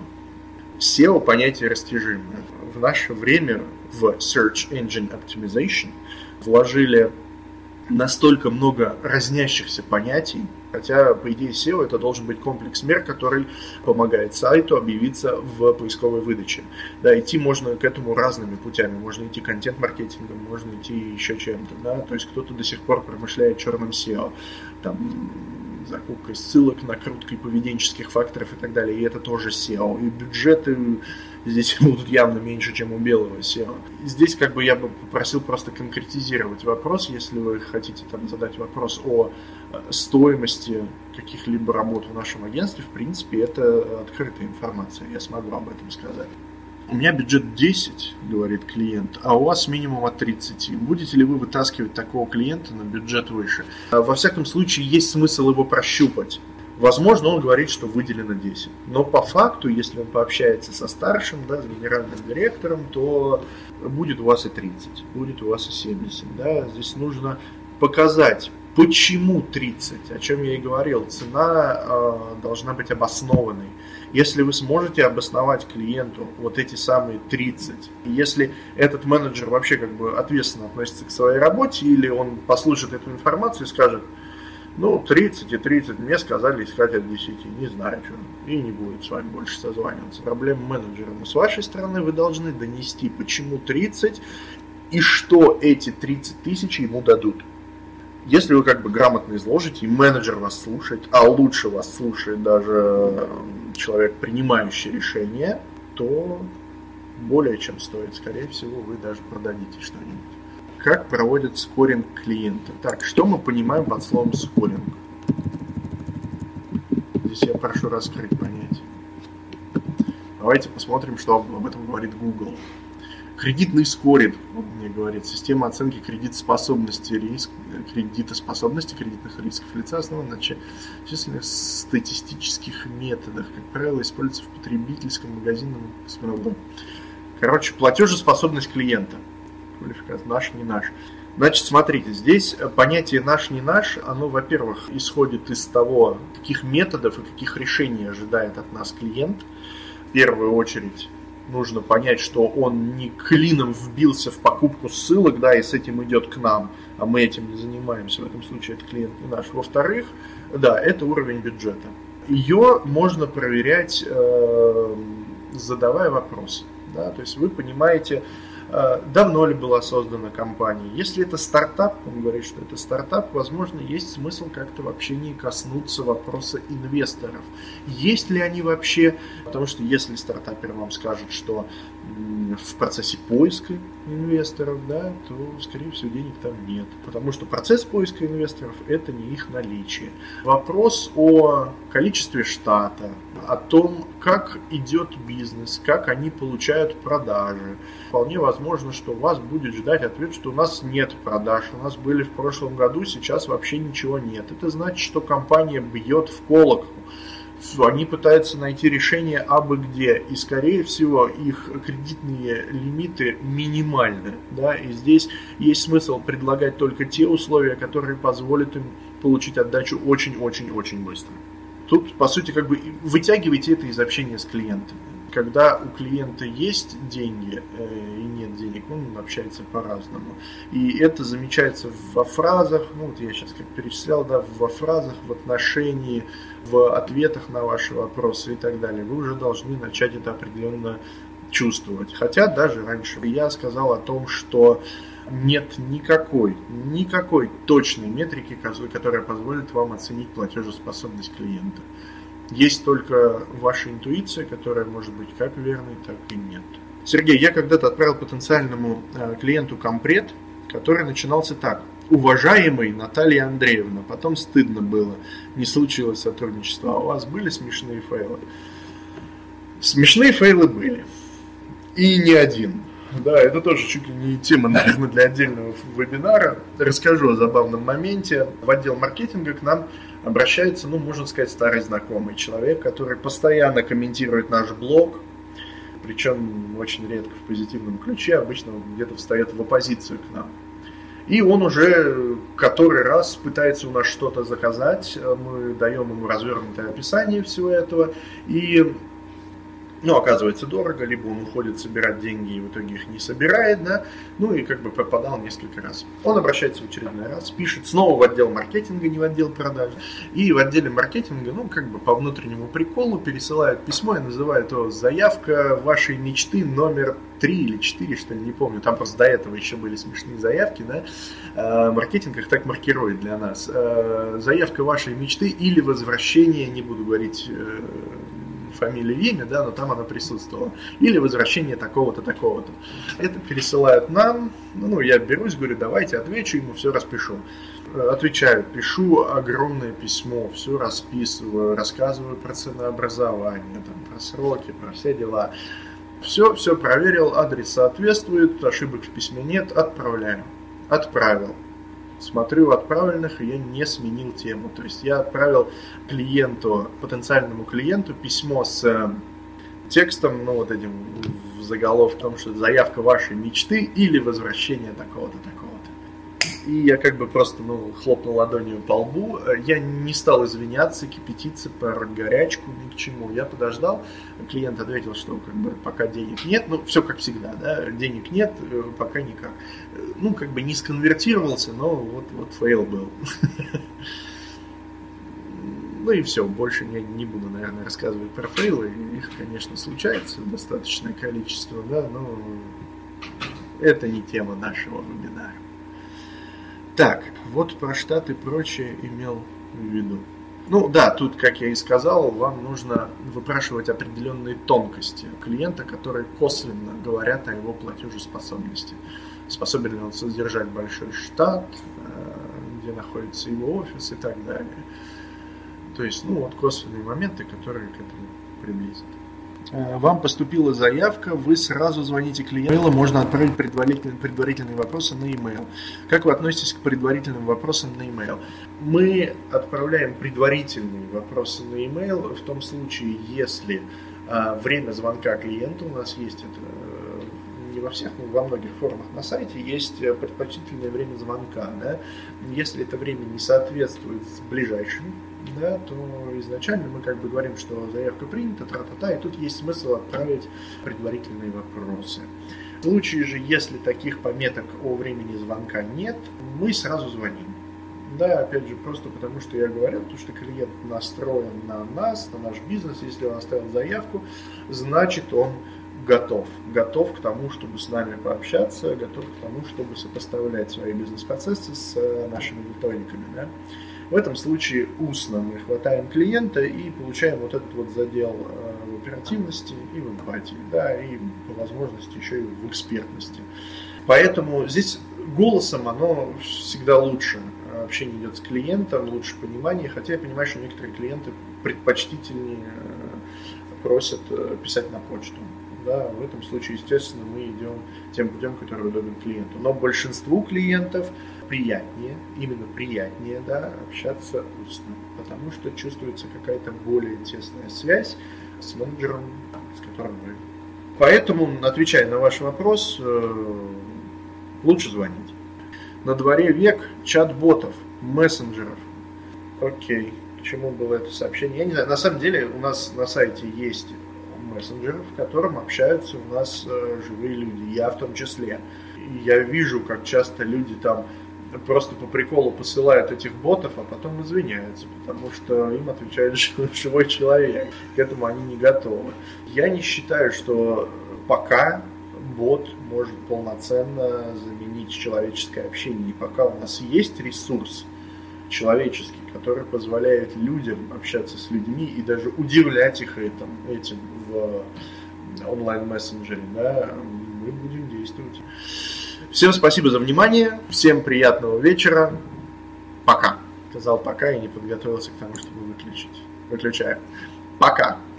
сео понятие растяжимое. В наше время в Search Engine Optimization вложили настолько много разнящихся понятий, хотя, по идее, сео это должен быть комплекс мер, который помогает сайту объявиться в поисковой выдаче. Да, идти можно к этому разными путями. Можно идти контент-маркетингом, можно идти еще чем-то. Да? То есть кто-то до сих пор промышляет черным сео, там, закупкой ссылок, накруткой поведенческих факторов и так далее. И это тоже сео. И бюджеты здесь будут явно меньше, чем у белого сео. Здесь как бы я бы попросил просто конкретизировать вопрос, если вы хотите там задать вопрос о стоимости каких-либо работ в нашем агентстве, в принципе, это открытая информация, я смогу об этом сказать. У меня бюджет десять, говорит клиент, а у вас минимум от тридцати. Будете ли вы вытаскивать такого клиента на бюджет выше? Во всяком случае, есть смысл его прощупать. Возможно, он говорит, что выделено десять. Но по факту, если он пообщается со старшим, да, с генеральным директором, то будет у вас и тридцать, будет у вас и семьдесят. Да. Здесь нужно показать, почему тридцать, о чем я и говорил. Цена э, должна быть обоснованной. Если вы сможете обосновать клиенту вот эти самые тридцать, если этот менеджер вообще как бы ответственно относится к своей работе, или он послушает эту информацию и скажет, ну, тридцать и тридцать, мне сказали искать от десяти, не знаю, что, и не будет с вами больше созваниваться. Проблема менеджера. Но с вашей стороны вы должны донести, почему тридцать и что эти тридцать тысяч ему дадут. Если вы как бы грамотно изложите, и менеджер вас слушает, а лучше вас слушает даже человек, принимающий решение, то более чем стоит. Скорее всего, вы даже продадите что-нибудь. Как проводят скоринг клиента? Так, что мы понимаем под словом скоринг? Здесь я прошу раскрыть понятие. Давайте посмотрим, что об этом говорит Google. Кредитный скоринг, он мне говорит, система оценки кредитоспособности, риск, кредитоспособности кредитных рисков лица основана на численных статистических методах, как правило, используется в потребительском магазинном. Короче, платежеспособность клиента. Квалификация наш, не наш. Значит, смотрите, здесь понятие «наш, не наш», оно, во-первых, исходит из того, каких методов и каких решений ожидает от нас клиент. В первую очередь нужно понять, что он не клином вбился в покупку ссылок, да, и с этим идет к нам, а мы этим не занимаемся. В этом случае это клиент не наш. Во-вторых, да, это уровень бюджета. Ее можно проверять, э, задавая вопросы. Да, то есть вы понимаете, давно ли была создана компания. Если это стартап, он говорит, что это стартап, возможно, есть смысл как-то в общении коснуться вопроса инвесторов. Есть ли они вообще? Потому что если стартапер вам скажет, что в процессе поиска инвесторов, да, то, скорее всего, денег там нет. Потому что процесс поиска инвесторов – это не их наличие. Вопрос о количестве штата, о том, как идет бизнес, как они получают продажи. Вполне возможно, что вас будет ждать ответ, что у нас нет продаж, у нас были в прошлом году, сейчас вообще ничего нет. Это значит, что компания бьет в колокол. Они пытаются найти решение абы где, и, скорее всего, их кредитные лимиты минимальны. Да? И здесь есть смысл предлагать только те условия, которые позволят им получить отдачу очень-очень-очень быстро. Тут, по сути, как бы вытягивайте это из общения с клиентами. Когда у клиента есть деньги э, и нет денег, он общается по-разному. И это замечается во фразах, ну вот я сейчас как перечислял, да, во фразах, в отношении, в ответах на ваши вопросы и так далее. Вы уже должны начать это определенно чувствовать. Хотя даже раньше я сказал о том, что нет никакой, никакой точной метрики, которая позволит вам оценить платежеспособность клиента. Есть только ваша интуиция, которая может быть как верной, так и нет. Сергей, я когда-то отправил потенциальному клиенту компред, который начинался так. Уважаемый Наталья Андреевна, потом стыдно было, не случилось сотрудничество, а у вас были смешные фейлы? Смешные фейлы были. И не один. Да, это тоже чуть ли не тема, наверное, для отдельного вебинара. Расскажу о забавном моменте. В отдел маркетинга к нам обращается, ну, можно сказать, старый знакомый человек, который постоянно комментирует наш блог, причем очень редко в позитивном ключе, обычно он где-то встает в оппозицию к нам. И он уже который раз пытается у нас что-то заказать, мы даем ему развернутое описание всего этого, и ну, оказывается дорого, либо он уходит собирать деньги и в итоге их не собирает, да, ну и как бы пропадал несколько раз. Он обращается в очередной раз, пишет снова в отдел маркетинга, не в отдел продаж, и в отделе маркетинга, ну, как бы по внутреннему приколу пересылают письмо и называют его «Заявка вашей мечты номер три или четыре, что ли, не помню, там просто до этого еще были смешные заявки, да, маркетинг их так маркирует для нас. Заявка вашей мечты или возвращение, не буду говорить фамилия и имя, да, но там она присутствовала. Или возвращение такого-то, такого-то. Это пересылают нам, ну, я берусь, говорю, давайте отвечу ему, все распишу. Отвечаю, пишу огромное письмо, все расписываю, рассказываю про ценообразование, там, про сроки, про все дела. Все, все проверил, адрес соответствует, ошибок в письме нет, отправляю. Отправил. Смотрю отправленных, и я не сменил тему. То есть я отправил клиенту, потенциальному клиенту письмо с текстом, ну вот этим в заголовке, в том, что заявка вашей мечты или возвращение такого-то, такого-то. И я как бы просто, ну, хлопнул ладонью по лбу. Я не стал извиняться, кипятиться, пороть горячку, ни к чему. Я подождал. Клиент ответил, что как бы пока денег нет. Ну, все как всегда, да, денег нет, пока никак. Ну, как бы не сконвертировался, но вот, вот фейл был. Ну и все, больше не, не буду, наверное, рассказывать про фейлы. Их, конечно, случается достаточное количество, да, но это не тема нашего вебинара. Так, вот про штат и прочее имел в виду. Ну да, тут, как я и сказал, вам нужно выпрашивать определенные тонкости клиента, которые косвенно говорят о его платежеспособности. Способен ли он содержать большой штат, где находится его офис и так далее. То есть, ну вот косвенные моменты, которые к этому приблизят. Вам поступила заявка, вы сразу звоните клиенту, можно отправить предварительные, предварительные вопросы на e-mail. Как вы относитесь к предварительным вопросам на e-mail? Мы отправляем предварительные вопросы на e-mail в том случае, если а, время звонка клиента у нас есть, это не во всех, но во многих формах на сайте есть предпочтительное время звонка. Да? Если это время не соответствует ближайшим, да, то изначально мы как бы говорим, что заявка принята, тра-та-та, и тут есть смысл отправить предварительные вопросы. В случае же, если таких пометок о времени звонка нет, мы сразу звоним. Да, опять же, просто потому что я говорил, потому что клиент настроен на нас, на наш бизнес. Если он оставил заявку, значит он готов. Готов к тому, чтобы с нами пообщаться, готов к тому, чтобы сопоставлять свои бизнес-процессы с нашими методиками. Да. В этом случае устно мы хватаем клиента и получаем вот этот вот задел в оперативности и в эмпатии, да, и по возможности еще и в экспертности. Поэтому здесь голосом оно всегда лучше. Общение идет с клиентом, лучше понимание, хотя я понимаю, что некоторые клиенты предпочтительнее просят писать на почту. Да, в этом случае, естественно, мы идем тем путем, который удобен клиенту. Но большинству клиентов приятнее, именно приятнее, да, общаться устно, потому что чувствуется какая-то более тесная связь с менеджером, с которым вы. Поэтому, отвечая на ваш вопрос, лучше звонить. На дворе век чат-ботов, мессенджеров. Окей, к чему было это сообщение? Я не знаю, на самом деле у нас на сайте есть мессенджеры, в котором общаются у нас э, живые люди, я в том числе. И я вижу, как часто люди там просто по приколу посылают этих ботов, а потом извиняются, потому что им отвечает живой человек. К этому они не готовы. Я не считаю, что пока бот может полноценно заменить человеческое общение. И пока у нас есть ресурс человеческий, который позволяет людям общаться с людьми и даже удивлять их этим, этим в онлайн-мессенджере, да, мы будем действовать. Всем спасибо за внимание, всем приятного вечера, пока. Сказал пока и не подготовился к тому, чтобы выключить. Выключаю. Пока.